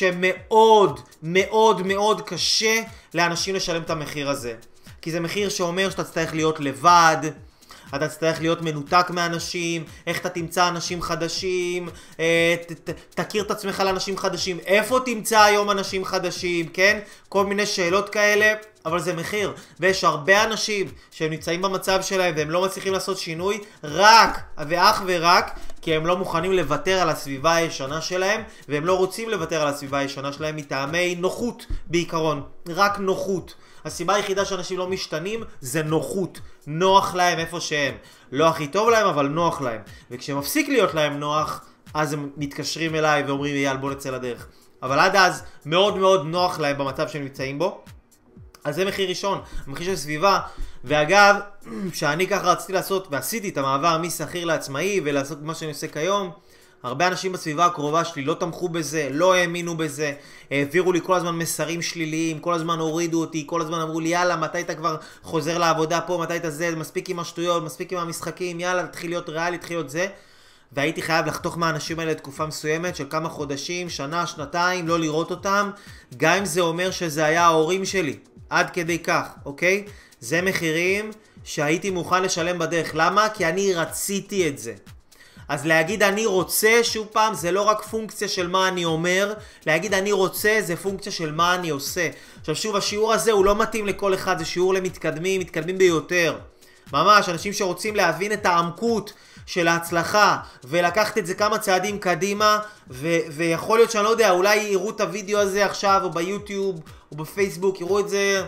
שמאוד מאוד מאוד קשה לאנשים לשלם את המחיר הזה. כי זה מחיר שאומר שאתה תצטרך להיות לבד, אתה תצטרך להיות מנותק מאנשים, איך אתה תמצא אנשים חדשים, תכיר את עצמך לאנשים חדשים, איפה תמצא היום אנשים חדשים, כן? כל מיני שאלות כאלה, אבל זה מחיר. ויש הרבה אנשים שהם נמצאים במצב שלהם והם לא מצליחים לעשות שינוי, רק ואך ורק כי הם לא מוכנים לוותר על הסביבה הישנה שלהם, והם לא רוצים לוותר על הסביבה הישנה שלהם מטעמי נוחות בעיקרון, רק נוחות. הסיבה היחידה שאנשים לא משתנים זה נוחות. נוח להם איפה שהם. לא הכי טוב להם, אבל נוח להם. וכשמפסיק להיות להם נוח, אז הם מתקשרים אליי ואומרים, אייל, בוא נצא לדרך. אבל עד אז מאוד מאוד נוח להם במצב שהם נמצאים בו. אז זה מחיר ראשון, מחיר של סביבה. ואגב, שאני ככה רציתי לעשות, ועשיתי את המעבר משכיר לעצמאי ולעשות מה שאני עושה כיום, הרבה אנשים בסביבה הקרובה שלי לא תמכו בזה, לא האמינו בזה, העבירו לי כל הזמן מסרים שליליים, כל הזמן הורידו אותי, כל הזמן אמרו לי, יאללה, מתי אתה כבר חוזר לעבודה פה, מתי אתה זה, מספיק עם השטויות, מספיק עם המשחקים, יאללה, תתחיל להיות ריאלי, תתחיל להיות זה. והייתי חייב לחתוך מהאנשים האלה לתקופה מסוימת של כמה חודשים, שנה, שנתיים, לא לראות אותם, גם אם זה אומר שזה היה ההורים שלי, עד כדי כך, אוקיי? זה מחירים שהייתי מוכן לשלם בדרך. למה? כי אני רציתי את זה. אז להגיד אני רוצה, שוב פעם, זה לא רק פונקציה של מה אני אומר, להגיד אני רוצה זה פונקציה של מה אני עושה. עכשיו שוב, השיעור הזה הוא לא מתאים לכל אחד, זה שיעור למתקדמים, מתקדמים ביותר. ממש, אנשים שרוצים להבין את העמקות של ההצלחה, ולקחת את זה כמה צעדים קדימה, ויכול להיות שאני לא יודע, אולי יראו את הוידאו הזה עכשיו, או ביוטיוב, או בפייסבוק, יראו את זה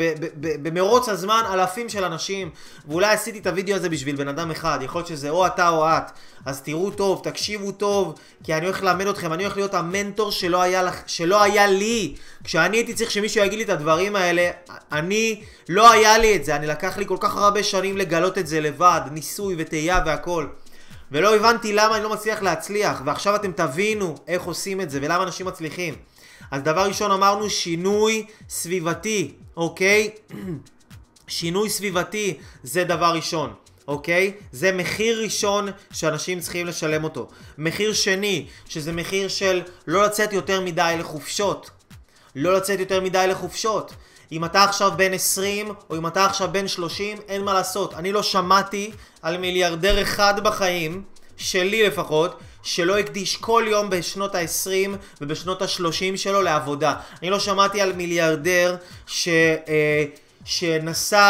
במרוץ הזמן אלפים של אנשים, ואולי עשיתי את הוידאו הזה בשביל בן אדם אחד, יכול להיות שזה או אתה או את, אז תראו טוב, תקשיבו טוב, כי אני הולך ללמד אתכם, אני הולך להיות המנטור שלא היה לי, כשאני הייתי צריך שמישהו יגיד לי את הדברים האלה, אני לא היה לי את זה, אני לקח לי כל כך הרבה שנים לגלות את זה לבד, ניסוי וטעייה והכל, ולא הבנתי למה אני לא מצליח להצליח, ועכשיו אתם תבינו איך עושים את זה ולמה אנשים מצליחים. אז דבר ראשון אמרנו שינוי סביבתי, אוקיי? שינוי סביבתי זה דבר ראשון. אוקיי? זה מחיר ראשון שאנשים צריכים לשלם אותו. מחיר שני, שזה מחיר של לא לצאת יותר מדי לחופשות. לא לצאת יותר מדי לחופשות. אם אתה עכשיו בן 20 או אם אתה עכשיו בן 30, אין מה לעשות. אני לא שמעתי על מיליארדר אחד בחיים, שלי לפחות, שלא הקדיש כל יום בשנות ה-20 ובשנות ה-30 שלו לעבודה. אני לא שמעתי על מיליארדר שנסע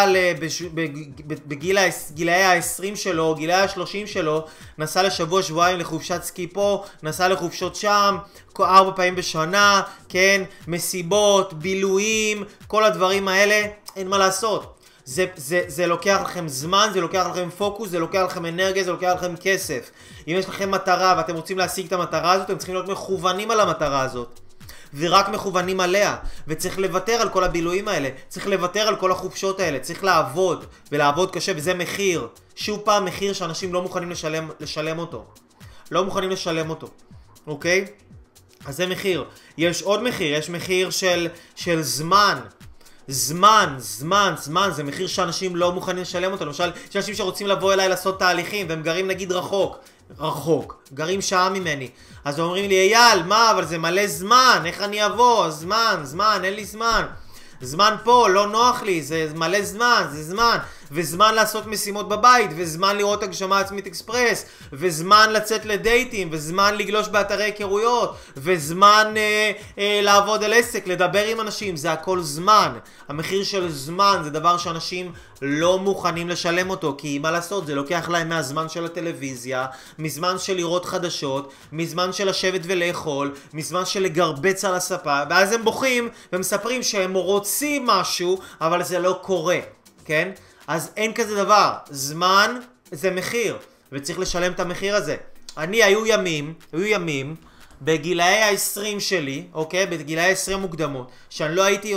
בגילאי ה-20 שלו, גילאי ה-30 שלו, נסע לשבוע שבועיים לחופשת סקי פה, נסע לחופשות שם, 4 פעמים בשנה, כן, מסיבות, בילויים, כל הדברים האלה, אין מה לעשות. זה לוקח לכם זמן, זה לוקח לכם פוקוס, זה לוקח לכם אנרגיה, זה לוקח לכם כסף. אם יש לכם מטרה ואתם רוצים להשיג את המטרה הזאת, אתם צריכים להיות מכוונים על המטרה הזאת. ורק מכוונים עליה. וצריך לוותר על כל הבילויים האלה. צריך לוותר על כל החופשות האלה. צריך לעבוד, ולעבוד קשה, וזה מחיר. שוב פעם, מחיר שאנשים לא מוכנים לשלם אותו. לא מוכנים לשלם אותו. אוקיי? אז זה מחיר. יש עוד מחיר, יש מחיר של זמן. זמן, זה מחיר שאנשים לא מוכנים לשלם אותו. למשל, יש אנשים שרוצים לבוא אליי לעשות תהליכים, והם גרים נגיד רחוק, גרים שעה ממני. אז אומרים לי, אייל, מה, אבל זה מלא זמן, איך אני אבוא? זמן, אין לי זמן. זמן פה, לא נוח לי, זה מלא זמן, זה זמן. וזמן לעשות משימות בבית, וזמן לראות הגשמה עצמית אקספרס, וזמן לצאת לדייטים, וזמן לגלוש באתרי היכרויות, וזמן לעבוד על עסק, לדבר עם אנשים, זה הכל זמן. המחיר של זמן זה דבר שאנשים לא מוכנים לשלם אותו, כי מה לעשות, זה לוקח להם מהזמן של הטלוויזיה, מזמן של לראות חדשות, מזמן של לשבת ולאכול, מזמן של לגרבץ על הספה, ואז הם בוכים ומספרים שהם רוצים משהו, אבל זה לא קורה, כן? אז אין כזה דבר. זמן זה מחיר, וצריך לשלם את המחיר הזה. היו ימים בגילאי ה-20 שלי, אוקיי? בגילאי ה-20 מוקדמות, שאני לא הייתי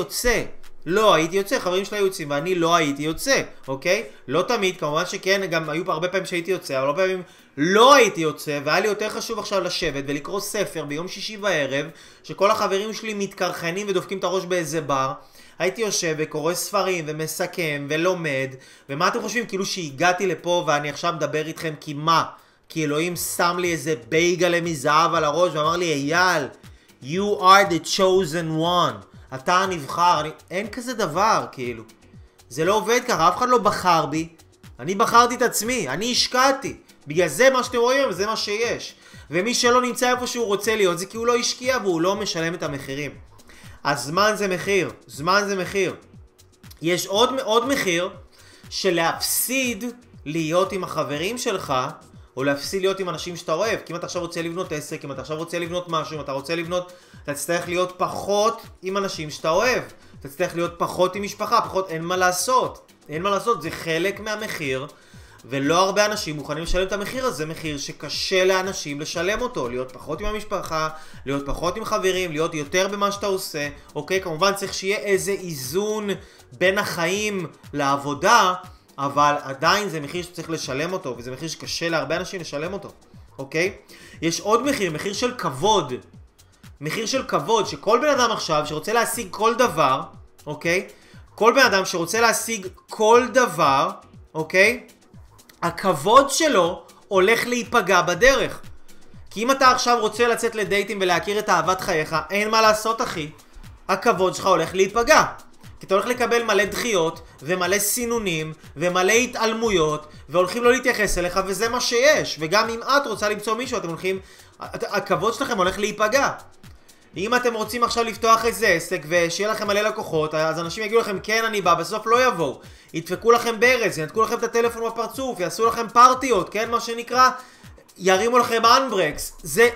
יוצא, חברים שלי היו יוצאים, ואני לא הייתי יוצא, אוקיי? לא תמיד, כמובן שכן, גם היו הרבה פעמים שהייתי יוצא, אבל הרבה פעמים לא הייתי יוצא, והיה לי יותר חשוב עכשיו לשבת ולקרוא ספר ביום שישי בערב, שכל החברים שלי מתקרחנים ודופקים את הראש באיזה בר. הייתי יושב וקורא ספרים ומסכם ולומד, ומה אתם חושבים? כאילו שהגעתי לפה ואני עכשיו מדבר איתכם כי מה? כי אלוהים שם לי איזה בייגלה מזהב על הראש ואמר לי, אייל, you are the chosen one. אתה הנבחר. אין כזה דבר, כאילו. זה לא עובד ככה, אף אחד לא בחר בי. אני בחרתי את עצמי, אני השקעתי. בגלל זה מה שאתם רואים, זה מה שיש. ומי שלא נמצא איפה שהוא רוצה להיות, זה כי הוא לא השקיע והוא לא משלם את המחירים. אז זמן זה מחיר. יש עוד מחיר של להפסיד להיות עם החברים שלך, או להפסיד להיות עם אנשים שאתה אוהב. כי אם אתה עכשיו רוצה לבנות עסק, אם אתה עכשיו רוצה לבנות משהו, אם אתה רוצה לבנות, אתה תצטרך להיות פחות עם אנשים שאתה אוהב. אתה תצטרך להיות פחות עם משפחה, אין מה לעשות. זה חלק מהמחיר, ולא הרבה אנשים מוכנים לשלם את המחיר הזה. מחיר שקשה לאנשים לשלם אותו, להיות פחות עם המשפחה, להיות פחות עם חברים, להיות יותר במה שאתה עושה. אוקיי, כמובן צריך שיהיה איזה איזון בין החיים לעבודה, אבל עדיין זה מחיר שצריך לשלם אותו, וזה מחיר שקשה להרבה אנשים לשלם אותו. אוקיי? יש עוד מחיר של כבוד. מחיר של כבוד, שכל בן אדם עכשיו שרוצה להשיג כל דבר, אוקיי? כל בן אדם שרוצה להשיג כל דבר, אוקיי? הכבוד שלו הולך להיפגע בדרך. כי אם אתה עכשיו רוצה לצאת לדייטים ולהכיר את אהבת חייך, אין מה לעשות, אחי. הכבוד שלך הולך להיפגע. כי אתה הולך לקבל מלא דחיות, ומלא סינונים, ומלא התעלמויות, והולכים לא להתייחס אליך, וזה מה שיש. וגם אם את רוצה למצוא מישהו, אתם הולכים... הכבוד שלכם הולך להיפגע. אם אתם רוצים עכשיו לפתוח איזה עסק, ושיהיה לכם מלא לקוחות, אז אנשים יגידו לכם, כן, אני בא, בסוף לא יבואו. ידפקו לכם ברז, ינתקו לכם את הטלפון בפרצוף, יעשו לכם פארטיות, כן, מה שנקרא, ירימו לכם אנברקס.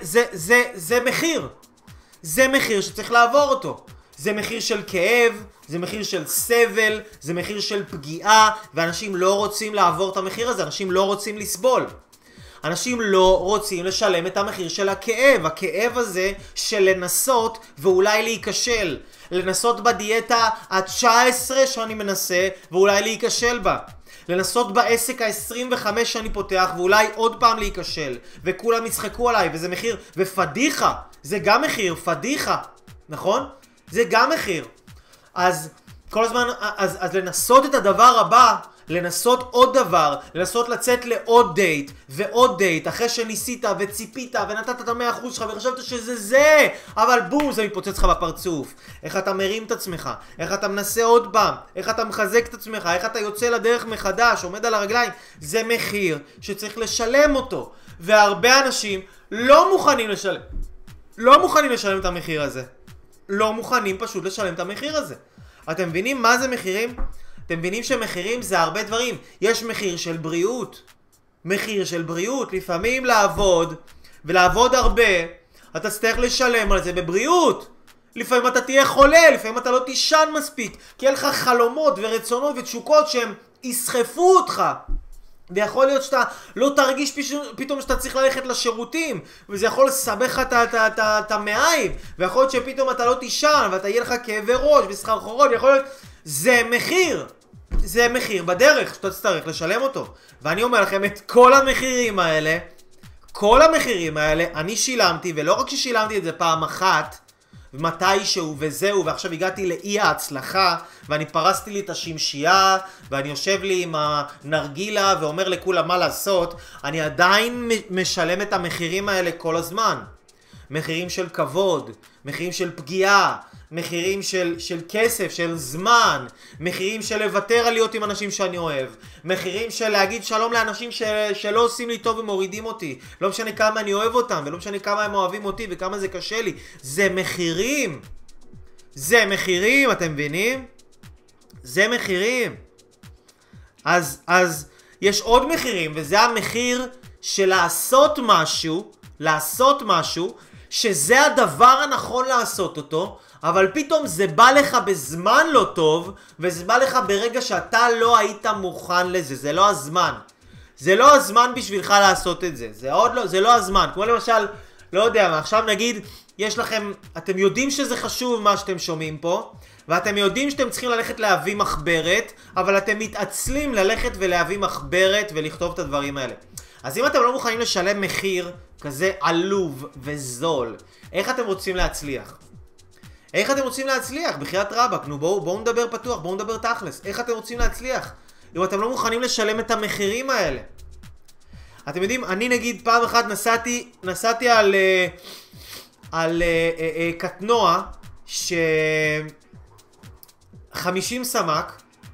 זה מחיר. זה מחיר שצריך לעבור אותו. זה מחיר של כאב, זה מחיר של סבל, זה מחיר של פגיעה, ואנשים לא רוצים לעבור את המחיר הזה, אנשים לא רוצים לסבול. אנשים לא רוצים לשלם את המחיר של הכאב. הכאב הזה של לנסות ואולי להיכשל. לנסות בדיאטה ה-19 שאני מנסה ואולי להיכשל בה. לנסות בעסק ה-25 שאני פותח ואולי עוד פעם להיכשל. וכולם יצחקו עליי וזה מחיר. ופדיחה, זה גם מחיר, פדיחה. נכון? זה גם מחיר. אז כל הזמן, אז לנסות את הדבר הבא, לנסות עוד דבר, לנסות לצאת לעוד דייט ועוד דייט, אחרי שניסית וציפית ונתת את 100% שלך וחשבת שזה זה, אבל בום, זה מתפוצץ לך בפרצוף. איך אתה מרים את עצמך, איך אתה מנסה עוד פעם, איך אתה מחזק את עצמך, איך אתה יוצא לדרך מחדש, עומד על הרגליים, זה מחיר שצריך לשלם אותו. והרבה אנשים לא מוכנים לשלם. לא מוכנים לשלם את המחיר הזה. לא מוכנים פשוט לשלם את המחיר הזה. אתם מבינים מה זה מחירים? אתם מבינים שמחירים זה הרבה דברים. יש מחיר של בריאות. מחיר של בריאות. לפעמים לעבוד, ולעבוד הרבה, אתה צריך לשלם על זה בבריאות. לפעמים אתה תהיה חולה, לפעמים אתה לא תישן מספיק, כי יהיה לך חלומות ורצונות ותשוקות שהם יסחפו אותך. ויכול להיות שאתה לא תרגיש פתאום שאתה צריך ללכת לשירותים, וזה יכול לסבך את המעיים, ויכול להיות שפתאום אתה לא תישן, ואתה יהיה לך כאבי ראש וסחרחורות, יכול להיות... זה מחיר. זה מחיר בדרך שאתה תצטרך לשלם אותו. ואני אומר לכם, את כל המחירים האלה, אני שילמתי, ולא רק ששילמתי את זה פעם אחת, מתישהו וזהו, ועכשיו הגעתי לאי ההצלחה, ואני פרסתי לי את השמשייה, ואני יושב לי עם הנרגילה ואומר לכולם מה לעשות, אני עדיין משלם את המחירים האלה כל הזמן. מחירים של כבוד, מחירים של פגיעה, מחירים של כסף, של זמן, מחירים של לוותר על להיות עם אנשים שאני אוהב, מחירים של להגיד שלום לאנשים שלא עושים לי טוב ומורידים אותי, לא משנה כמה אני אוהב אותם, ולא משנה כמה הם אוהבים אותי וכמה זה קשה לי. זה מחירים. זה מחירים, אתם מבינים? זה מחירים. אז יש עוד מחירים, וזה המחיר של לעשות משהו, שזה הדבר הנכון לעשות אותו, אבל פתאום זה בא לך בזמן לא טוב, וזה בא לך ברגע שאתה לא היית מוכן לזה. זה לא הזמן. זה לא הזמן בשבילך לעשות את זה. זה לא הזמן. כמו למשל, לא יודע מה, עכשיו נגיד, יש לכם, אתם יודעים שזה חשוב מה שאתם שומעים פה, ואתם יודעים שאתם צריכים ללכת להביא מחברת, אבל אתם מתעצלים ללכת ולהביא מחברת ולכתוב את הדברים האלה. אז אם אתם לא מוכנים לשלם מחיר כזה עלוב וזול, איך אתם רוצים להצליח? איך אתם רוצים להצליח? בחיית רבק, נו בואו נדבר פתוח, בואו נדבר תכלס. איך אתם רוצים להצליח? אם אתם לא מוכנים לשלם את המחירים האלה. אתם יודעים, אני נגיד פעם אחת נסעתי על קטנוע 50 סמ"ק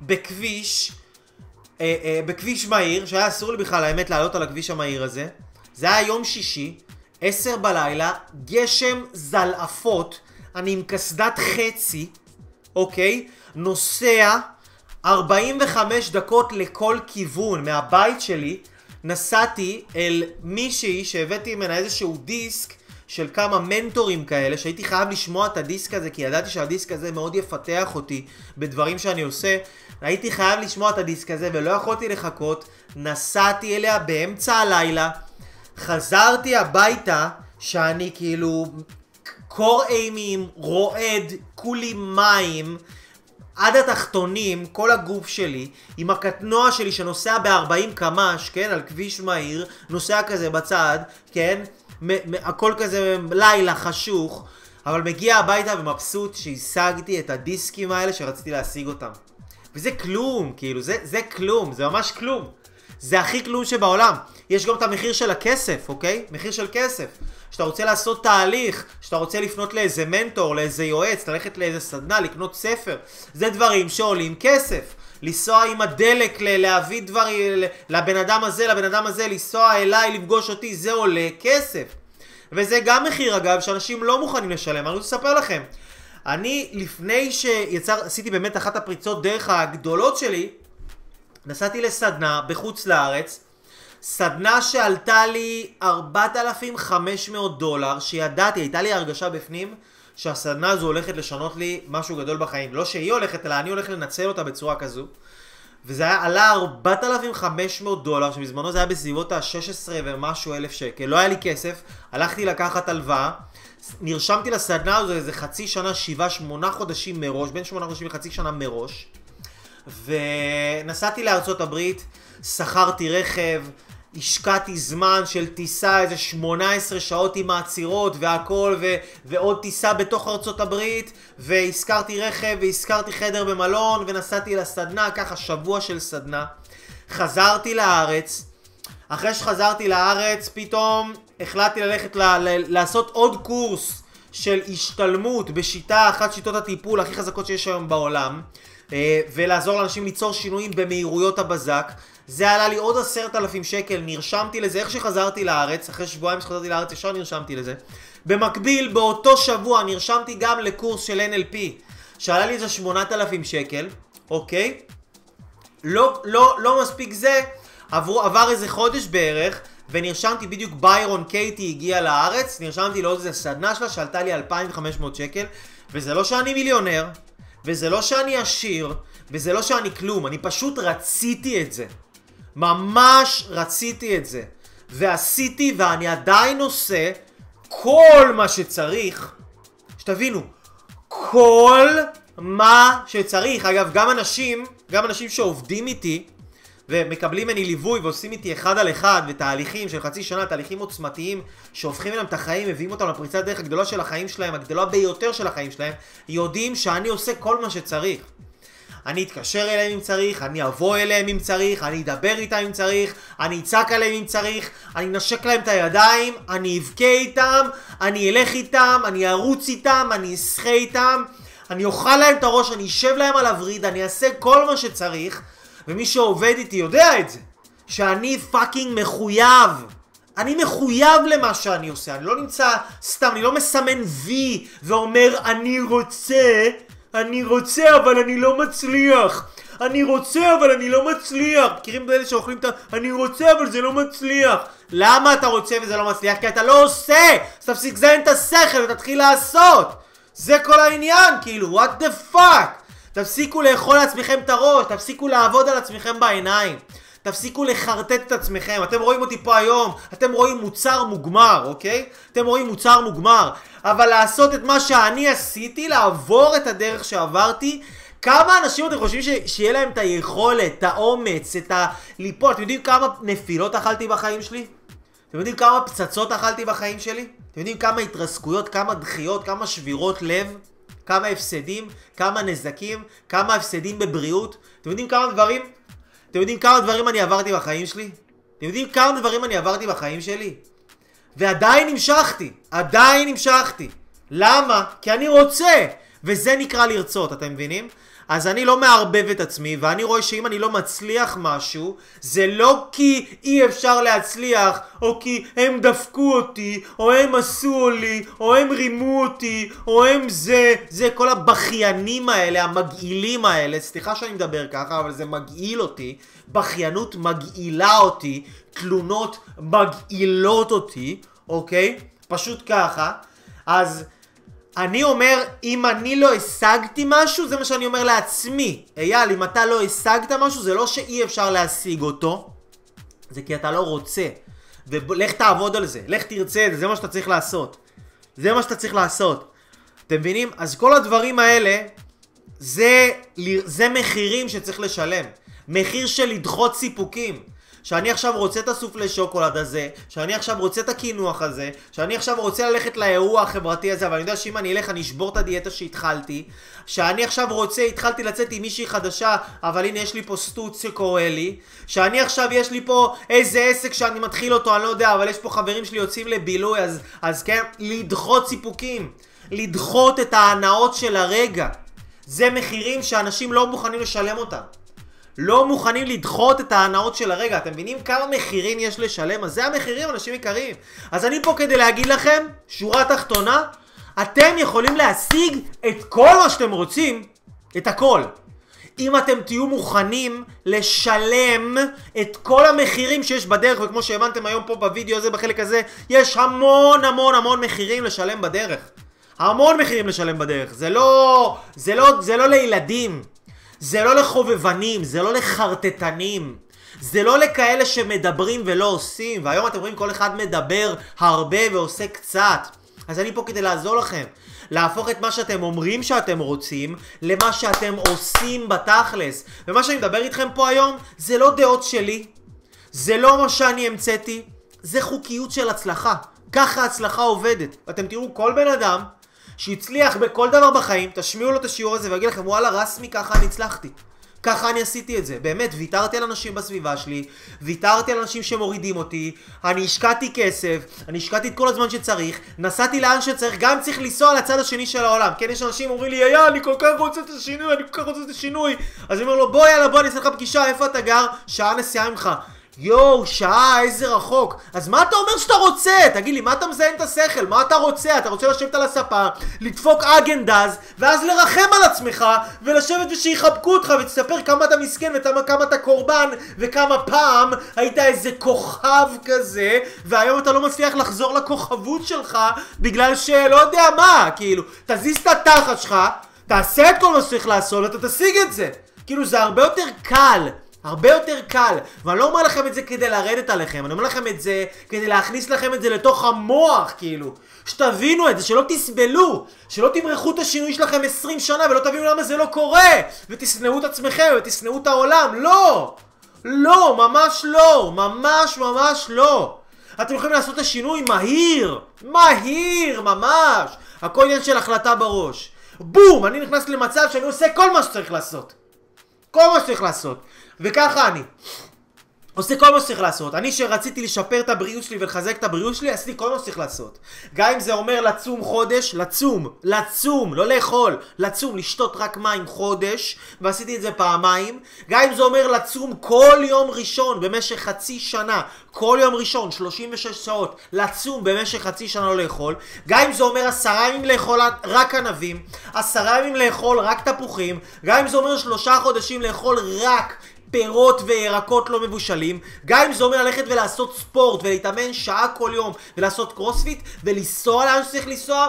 בכביש מהיר, שהיה אסור לי בכלל האמת לעלות על הכביש המהיר הזה. זה היה יום שישי, 10 בלילה, גשם זלעפות, אני עם קסדת חצי, אוקיי? נוסע 45 דקות לכל כיוון מהבית שלי, נסעתי אל מישהי שהבאתי ממנה איזשהו דיסק של כמה מנטורים כאלה, שהייתי חייב לשמוע את הדיסק הזה, כי ידעתי שהדיסק הזה מאוד יפתח אותי בדברים שאני עושה. הייתי חייב לשמוע את הדיסק הזה ולא יכולתי לחכות, נסעתי אליה באמצע הלילה, חזרתי הביתה שאני כאילו קור אימים, רועד, כולי מים, עד התחתונים, כל הגוף שלי, עם הקטנוע שלי שנוסע ב-40 קמ"ש, כן, על כביש מהיר, נוסע כזה בצד, כן, הכל כזה לילה חשוך, אבל מגיע הביתה ומבסוט שהשגתי את הדיסקים האלה שרציתי להשיג אותם. וזה כלום, כאילו, זה כלום, זה ממש כלום. זה הכי כלום שבעולם. יש גם את המחיר של הכסף, אוקיי? מחיר של כסף. שאתה רוצה לעשות תהליך, שאתה רוצה לפנות לאיזה מנטור, לאיזה יועץ, ללכת לאיזה סדנה, לקנות ספר. זה דברים שעולים כסף. לנסוע עם הדלק, להביא דברים, לבן אדם הזה, לנסוע אליי, לפגוש אותי, זה עולה כסף. וזה גם מחיר אגב, שאנשים לא מוכנים לשלם. אני רוצה לספר לכם. אני לפני עשיתי באמת אחת הפריצות דרך הגדולות שלי, נסעתי לסדנה בחוץ לארץ, סדנה שעלתה לי $4,500, שידעתי, הייתה לי הרגשה בפנים שהסדנה הזו הולכת לשנות לי משהו גדול בחיים. לא שהיא הולכת, אלא אני הולך לנצל אותה בצורה כזו. וזה עלה $4,500, שבזמנו זה היה בסביבות ה-16 ומשהו אלף שקל. לא היה לי כסף, הלכתי לקחת הלוואה, נרשמתי לסדנה הזו איזה חצי שנה, 7-8 חודשים מראש, בין 8 חודשים לחצי שנה מראש. ונסעתי לארצות הברית, שכרתי רכב, השקעתי זמן של טיסה, איזה 18 שעות עם העצירות והכל, ועוד טיסה בתוך ארצות הברית, והזכרתי רכב, והזכרתי חדר במלון, ונסעתי לסדנה, ככה שבוע של סדנה. חזרתי לארץ, אחרי שחזרתי לארץ, פתאום החלטתי ללכת לעשות עוד קורס של השתלמות בשיטה, אחת שיטות הטיפול הכי חזקות שיש היום בעולם, ולעזור לאנשים ליצור שינויים במהירויות הבזק. זה עלה לי עוד 10,000 שקל, נרשמתי לזה, איך שחזרתי לארץ, אחרי שבועיים שחזרתי לארץ, ישר נרשמתי לזה. במקביל, באותו שבוע, נרשמתי גם לקורס של NLP, שעלה לי איזה 8,000 שקל, אוקיי? לא מספיק זה, עבר איזה חודש בערך, ונרשמתי בדיוק ביירון קייטי הגיע לארץ, נרשמתי לעוד איזה סדנה שלה שעלתה לי 2,500 שקל, וזה לא שאני מיליונר, וזה לא שאני עשיר, וזה לא שאני כלום, אני פשוט רציתי את זה. ממש רציתי את זה. ועשיתי, ואני עדיין עושה כל מה שצריך. שתבינו, כל מה שצריך. אגב, גם אנשים שעובדים איתי, ומקבלים ממני ליווי ועושים איתי אחד על אחד, ותהליכים של חצי שנה, תהליכים עוצמתיים, שהופכים אליהם את החיים, מביאים אותם לפריצת דרך הגדולה של החיים שלהם, הגדולה ביותר של החיים שלהם, יודעים שאני עושה כל מה שצריך. אני אתקשר אליהם אם צריך, אני אבוא אליהם אם צריך, אני אדבר איתם אם צריך, אני אצעק עליהם אם צריך, אני נשק להם את הידיים, אני אבכה איתם, אני אלך איתם, אני ארוץ איתם, אני אשחה איתם, אני אוכל להם את הראש, אני אשב להם על הוריד, אני אעשה כל מה שצריך, ומי שעובד איתי יודע את זה, שאני פאקינג מחויב. אני מחויב למה שאני עושה, אני לא נמצא סתם, אני לא מסמן וי ואומר אני רוצה אבל אני לא מצליח. אני רוצה אבל אני לא מצליח. מכירים באלה שאוכלים את אני רוצה אבל זה לא מצליח. למה אתה רוצה וזה לא מצליח? כי אתה לא עושה. אז תפסיק זיין את השכל ותתחיל לעשות. זה כל העניין, כאילו, what the fuck? תפסיקו לאכול לעצמכם את הראש, תפסיקו לעבוד על עצמכם בעיניים, תפסיקו לחרטט את עצמכם. אתם רואים אותי פה היום, אתם רואים מוצר מוגמר, אוקיי? אתם רואים מוצר מוגמר, אבל לעשות את מה שאני עשיתי, לעבור את הדרך שעברתי, כמה אנשים אתם חושבים שיהיה להם את היכולת, את האומץ, את הליפול? אתם יודעים כמה נפילות אכלתי בחיים שלי? אתם יודעים כמה פצצות אכלתי בחיים שלי? אתם יודעים כמה התרסקויות, כמה דחיות, כמה שבירות לב? כמה הפסדים, כמה נזקים, כמה הפסדים בבריאות? אתם יודעים כמה דברים אני עברתי בחיים שלי? אתם יודעים כמה דברים אני עברתי בחיים שלי? ועדיין המשכתי. למה? כי אני רוצה. וזה נקרא לרצות, אתם מבינים? אז אני לא מערבב את עצמי, ואני רואה שאם אני לא מצליח משהו, זה לא כי אי אפשר להצליח, או כי הם דפקו אותי, או הם עשו לי, או הם רימו אותי, או הם זה כל הבחיינים האלה, המגעילים האלה, סליחה שאני מדבר ככה, אבל זה מגעיל אותי, בחיינות מגעילה אותי, תלונות מגעילות אותי, אוקיי? פשוט ככה. אז אני אומר, אם אני לא השגתי משהו, זה מה שאני אומר לעצמי. אייל, אם אתה לא השגת משהו, זה לא שאי אפשר להשיג אותו, זה כי אתה לא רוצה. ולך תעבוד על זה, לך תרצה את זה, זה מה שאתה צריך לעשות. אתם מבינים? אז כל הדברים האלה, זה מחירים שצריך לשלם. מחיר של לדחות סיפוקים. שאני עכשיו רוצה את הסופלי שוקולד הזה, שאני עכשיו רוצה את הכינוח הזה, שאני עכשיו רוצה ללכת לאירוע החברתי הזה, אבל אני יודע שאם אני אלך אני אשבור את הדיאטה שהתחלתי, שאני עכשיו התחלתי לצאת עם מישהי חדשה, אבל הנה יש לי פה סטוץ שקורה לי, שאני עכשיו יש לי פה איזה עסק שאני מתחיל אותו, אני לא יודע, אבל יש פה חברים שלי יוצאים לבילוי, אז כן, לדחות סיפוקים, לדחות את ההנאות של הרגע. זה מחירים שאנשים לא מוכנים לשלם אותם. לא מוכנים לדחות את ההנאות של הרגע. אתם מבינים כמה מחירים יש לשלם? אז זה המחירים, אנשים יקרים. אז אני פה כדי להגיד לכם, שורה תחתונה, אתם יכולים להשיג את כל מה שאתם רוצים, את הכל. אם אתם תהיו מוכנים לשלם את כל המחירים שיש בדרך, וכמו שהבנתם היום פה בווידאו הזה, בחלק הזה, יש המון מחירים לשלם בדרך. המון מחירים לשלם בדרך. זה לא לילדים. זה לא לחובבנים, זה לא לחרטטנים, זה לא לכאלה שמדברים ולא עושים, והיום אתם רואים כל אחד מדבר הרבה ועושה קצת. אז אני פה כדי לעזור לכם, להפוך את מה שאתם אומרים שאתם רוצים למה שאתם עושים בתכלס. ומה שאני מדבר איתכם פה היום זה לא דעות שלי, זה לא מה שאני המצאתי, זה חוקיות של הצלחה. ככה הצלחה עובדת. אתם תראו כל בן אדם שהצליח בכל דבר בחיים, תשמיעו לו את השיעור הזה ויגיד לכם, וואלה, רסמי, ככה אני הצלחתי. ככה אני עשיתי את זה. באמת, ויתרתי על אנשים בסביבה שלי, ויתרתי על אנשים שמורידים אותי, אני השקעתי כסף, אני השקעתי את כל הזמן שצריך, נסעתי לאן שצריך, גם צריך לנסוע לצד השני של העולם. כן, יש אנשים אומרים לי, אני כל כך רוצה את השינוי, אני כל כך רוצה את השינוי. אז אני אומר לו, בוא, יאללה, בוא, אני אעשה לך פגישה, איפה אתה גר? שעה נסיעה ממך. יואו, שעה, איזה רחוק. אז מה אתה אומר שאתה רוצה? תגיד לי, מה אתה מזיין את השכל? מה אתה רוצה? אתה רוצה לשבת על הספה, לדפוק אגנדז, ואז לרחם על עצמך, ולשבת ושיחבקו אותך, ותספר כמה אתה מסכן, וכמה אתה קורבן, וכמה פעם היית איזה כוכב כזה, והיום אתה לא מצליח לחזור לכוכבות שלך, בגלל שלא יודע מה, כאילו, תזיז את התחת שלך, תעשה את כל מה שצריך לעשות, אתה תשיג את זה. כאילו, זה הרבה יותר קל. הרבה יותר קל, ואני לא אומר לכם את זה כדי לרדת עליכם, אני אומר לכם את זה כדי להכניס לכם את זה לתוך המוח, כאילו, שתבינו את זה, שלא תסבלו, שלא תמרחו את השינוי שלכם 20 שנה ולא תבינו למה זה לא קורה, ותסנאו את עצמכם ותסנאו את העולם. לא, לא, ממש לא, ממש לא. אתם יכולים לעשות את השינוי מהיר, ממש. הכל עניין של החלטה בראש. בום, אני נכנס למצב שאני עושה כל מה שצריך לעשות. וככה אני עושה כל מה שצריך לעשות. אני שרציתי לשפר את הבריאות שלי ולחזק את הבריאות שלי, עשיתי כל מה שצריך לעשות. גם אם זה אומר לצום חודש, לצום, לא לאכול, לצום, לשתות רק מים חודש, ועשיתי את זה פעמיים. גם אם זה אומר לצום כל יום ראשון במשך חצי שנה, כל יום ראשון 36 שעות, לצום במשך חצי שנה לא לאכול. גם אם זה אומר 10 ימים לאכול רק ענבים, 10 ימים לאכול רק תפוחים, גם אם זה אומר 3 חודשים לאכול רק פירות וירקות לא מבושלים, גם אם זה אומר ללכת ולעשות ספורט ולהתאמן שעה כל יום ולעשות קרוספיט ולנסוע לאן שצריך לנסוע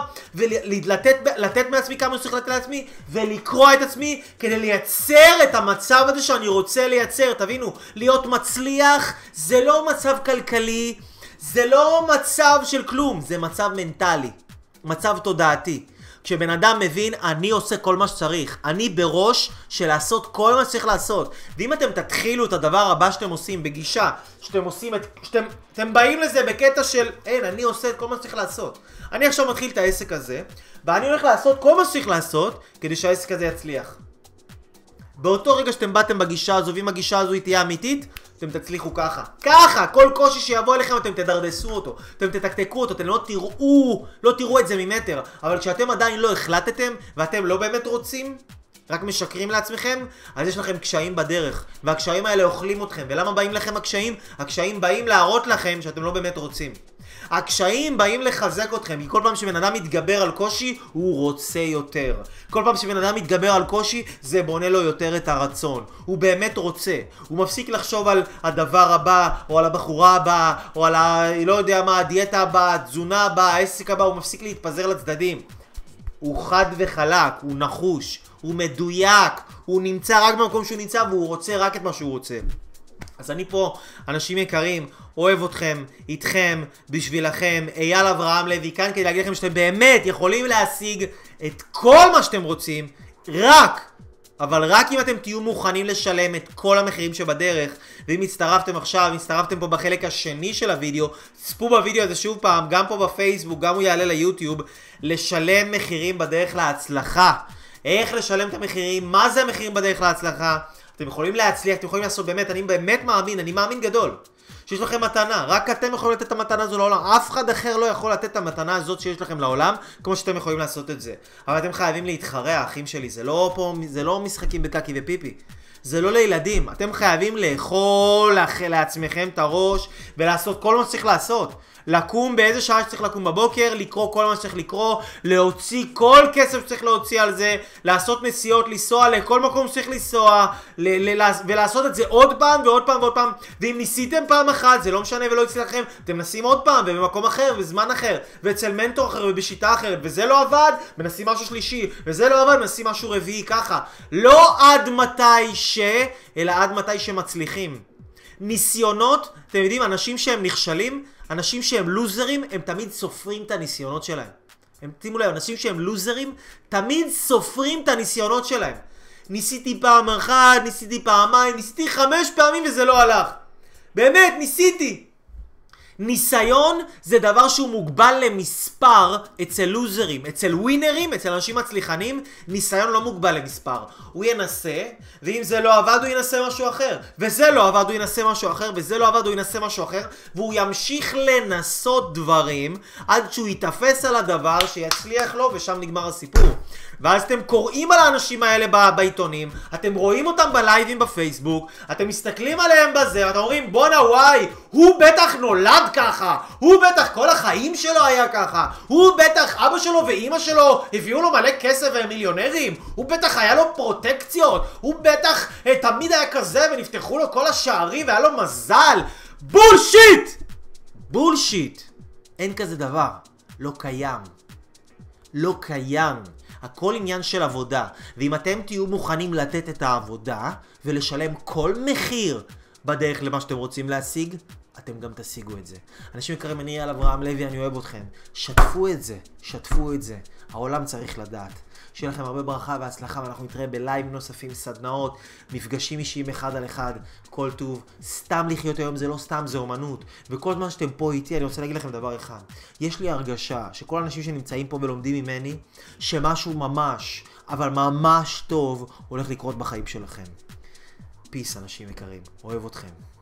ולתת מעצמי כמה שצריך לתת לעצמי ולקרוא את עצמי כדי לייצר את המצב הזה שאני רוצה לייצר. תבינו, להיות מצליח זה לא מצב כלכלי, זה לא מצב של כלום, זה מצב מנטלי, מצב תודעתי. כשבן אדם מבין, אני עושה כל מה שצריך, אני בראש של לעשות כל מה שצריך לעשות. ואם אתם תתחילו את הדבר הבא שאתם עושים בגישה, שאתם עושים אתם באים לזה בקטע של, אני עושה את כל מה שצריך לעשות. אני עכשיו מתחיל את העסק הזה, ואני הולך לעשות כל מה שצריך לעשות, כדי שהעסק הזה יצליח. באותו רגע שאתם באתם בגישה הזו, ואם הגישה הזו היא תהיה אמיתית, אתם תצליחו ככה, כל קושי שיבוא אליכם אתם תדרדסו אותו, אתם תתקתקו אותו, אתם לא תראו את זה ממטר. אבל כשאתם עדיין לא החלטתם ואתם לא באמת רוצים, רק משקרים לעצמכם, אז יש לכם קשיים בדרך, והקשיים האלה אוכלים אתכם. ולמה באים לכם הקשיים? הקשיים באים להראות לכם שאתם לא באמת רוצים. הקשיים באים לחזק אתכם, כי כל פעם שבן אדם מתגבר על קושי, הוא רוצה יותר. כל פעם שבן אדם מתגבר על קושי, זה בונה לו יותר את הרצון. הוא באמת רוצה. הוא מפסיק לחשוב על הדבר הבא, או על הבחורה הבאה, או על לא יודע מה, הדיאטה הבאה, התזונה הבאה, העסק הבא, הוא מפסיק להתפזר לצדדים. הוא חד וחלק, הוא נחוש, הוא מדויק, הוא נמצא רק במקום שהוא נמצא, והוא רוצה רק את מה שהוא רוצה. אז אני פה, אנשים יקרים, אוהב אתכם, איתכם, בשבילכם, אייל אברהם לוי, כאן כדי להגיד לכם שאתם באמת יכולים להשיג את כל מה שאתם רוצים, אבל רק אם אתם תהיו מוכנים לשלם את כל המחירים שבדרך. ואם הצטרפתם עכשיו, הצטרפתם פה בחלק השני של הוידאו, צפו בוידאו הזה שוב פעם, גם פה בפייסבוק, גם הוא יעלה ליוטיוב, לשלם מחירים בדרך להצלחה. איך לשלם את המחירים, מה זה המחירים בדרך להצלחה? אתם יכולים להצליח, אתם יכולים לעשות באמת, אני באמת מאמין, אני מאמין גדול שיש לכם מתנה, רק אתם יכולים לתת את המתנה הזו לעולם, אף אחד אחר לא יכול לתת את המתנה הזאת שיש לכם לעולם, כמו שאתם יכולים לעשות את זה. אבל אתם חייבים להתחרע, אחים שלי, זה לא משחקים בקקי ופיפי, זה לא לילדים, אתם חייבים לאכול לעצמכם את הראש, ולעשות כל מה שצריך לעשות. לקום באיזה שעה שצריך לקום בבוקר, לקרוא כל מה שצריך לקרוא, להוציא כל כסף שצריך להוציא על זה, לעשות נסיעות, לנסוע לכל מקום שצריך לנסוע, ולעשות את זה עוד פעם ועוד פעם ועוד פעם. ואם ניסיתם פעם אחת, זה לא משנה ולא יצא לכם, אתם נסים עוד פעם ובמקום אחר וזמן אחר ואצל מנטור אחר ובשיטה אחרת, וזה לא עבד, מנסים משהו שלישי, וזה לא עבד, מנסים משהו רביעי, ככה. לא עד מתי אלא עד מתי שמצליחים. ניסיונות, אתם יודעים, אנשים שהם נכשלים, אנשים שהם לוזרים, הם תמיד סופרים את הניסיונות שלהם. שימו לב, אנשים שהם לוזרים, תמיד סופרים את הניסיונות שלהם. ניסיתי פעם אחת, ניסיתי פעמיים, ניסיתי 5 פעמים וזה לא הלך. באמת, ניסיתי. ניסיון זה דבר שהוא מוגבל למספר אצל לוזרים, אצל ווינרים, אצל אנשים מצליחנים, ניסיון לא מוגבל למספר. הוא ינסה, ואם זה לא עבד הוא ינסה משהו אחר, וזה לא עבד הוא ינסה משהו אחר, וזה לא עבד הוא ינסה משהו אחר, והוא ימשיך לנסות דברים עד שהוא יתאפס על הדבר שיצליח לו, ושם נגמר הסיפור. ואז אתם קוראים על האנשים האלה בעיתונים, אתם רואים אותם בלייבים בפייסבוק, אתם מסתכלים עליהם בזה, אתם אומרים בונה וואי, הוא בטח נולד ככה, הוא בטח כל החיים שלו היה ככה, הוא בטח אבא שלו ואמא שלו הביאו לו מלא כסף והם מיליונרים, הוא בטח היה לו פרוטקציות, הוא בטח תמיד היה כזה ונפתחו לו כל השערים והיה לו מזל. בולשיט! בולשיט! אין כזה דבר, לא קיים. לא קיים. הכל עניין של עבודה, ואם אתם תהיו מוכנים לתת את העבודה ולשלם כל מחיר בדרך למה שאתם רוצים להשיג, אתם גם תשיגו את זה. אנשים יקרים, אני אייל אברהם לוי, אני אוהב אתכם. שתפו את זה, שתפו את זה. העולם צריך לדעת. שיהיה לכם הרבה ברכה והצלחה, ואנחנו נתראה בלייב נוספים, סדנאות, מפגשים אישיים אחד על אחד, כל טוב. סתם לחיות היום זה לא סתם, זה אומנות. וכל זמן שאתם פה איתי, אני רוצה להגיד לכם דבר אחד. יש לי הרגשה שכל האנשים שנמצאים פה ולומדים ממני, שמשהו ממש, אבל ממש טוב, הולך לקרות בחיים שלכם. פיס, אנשים יקרים. אוהב אתכם.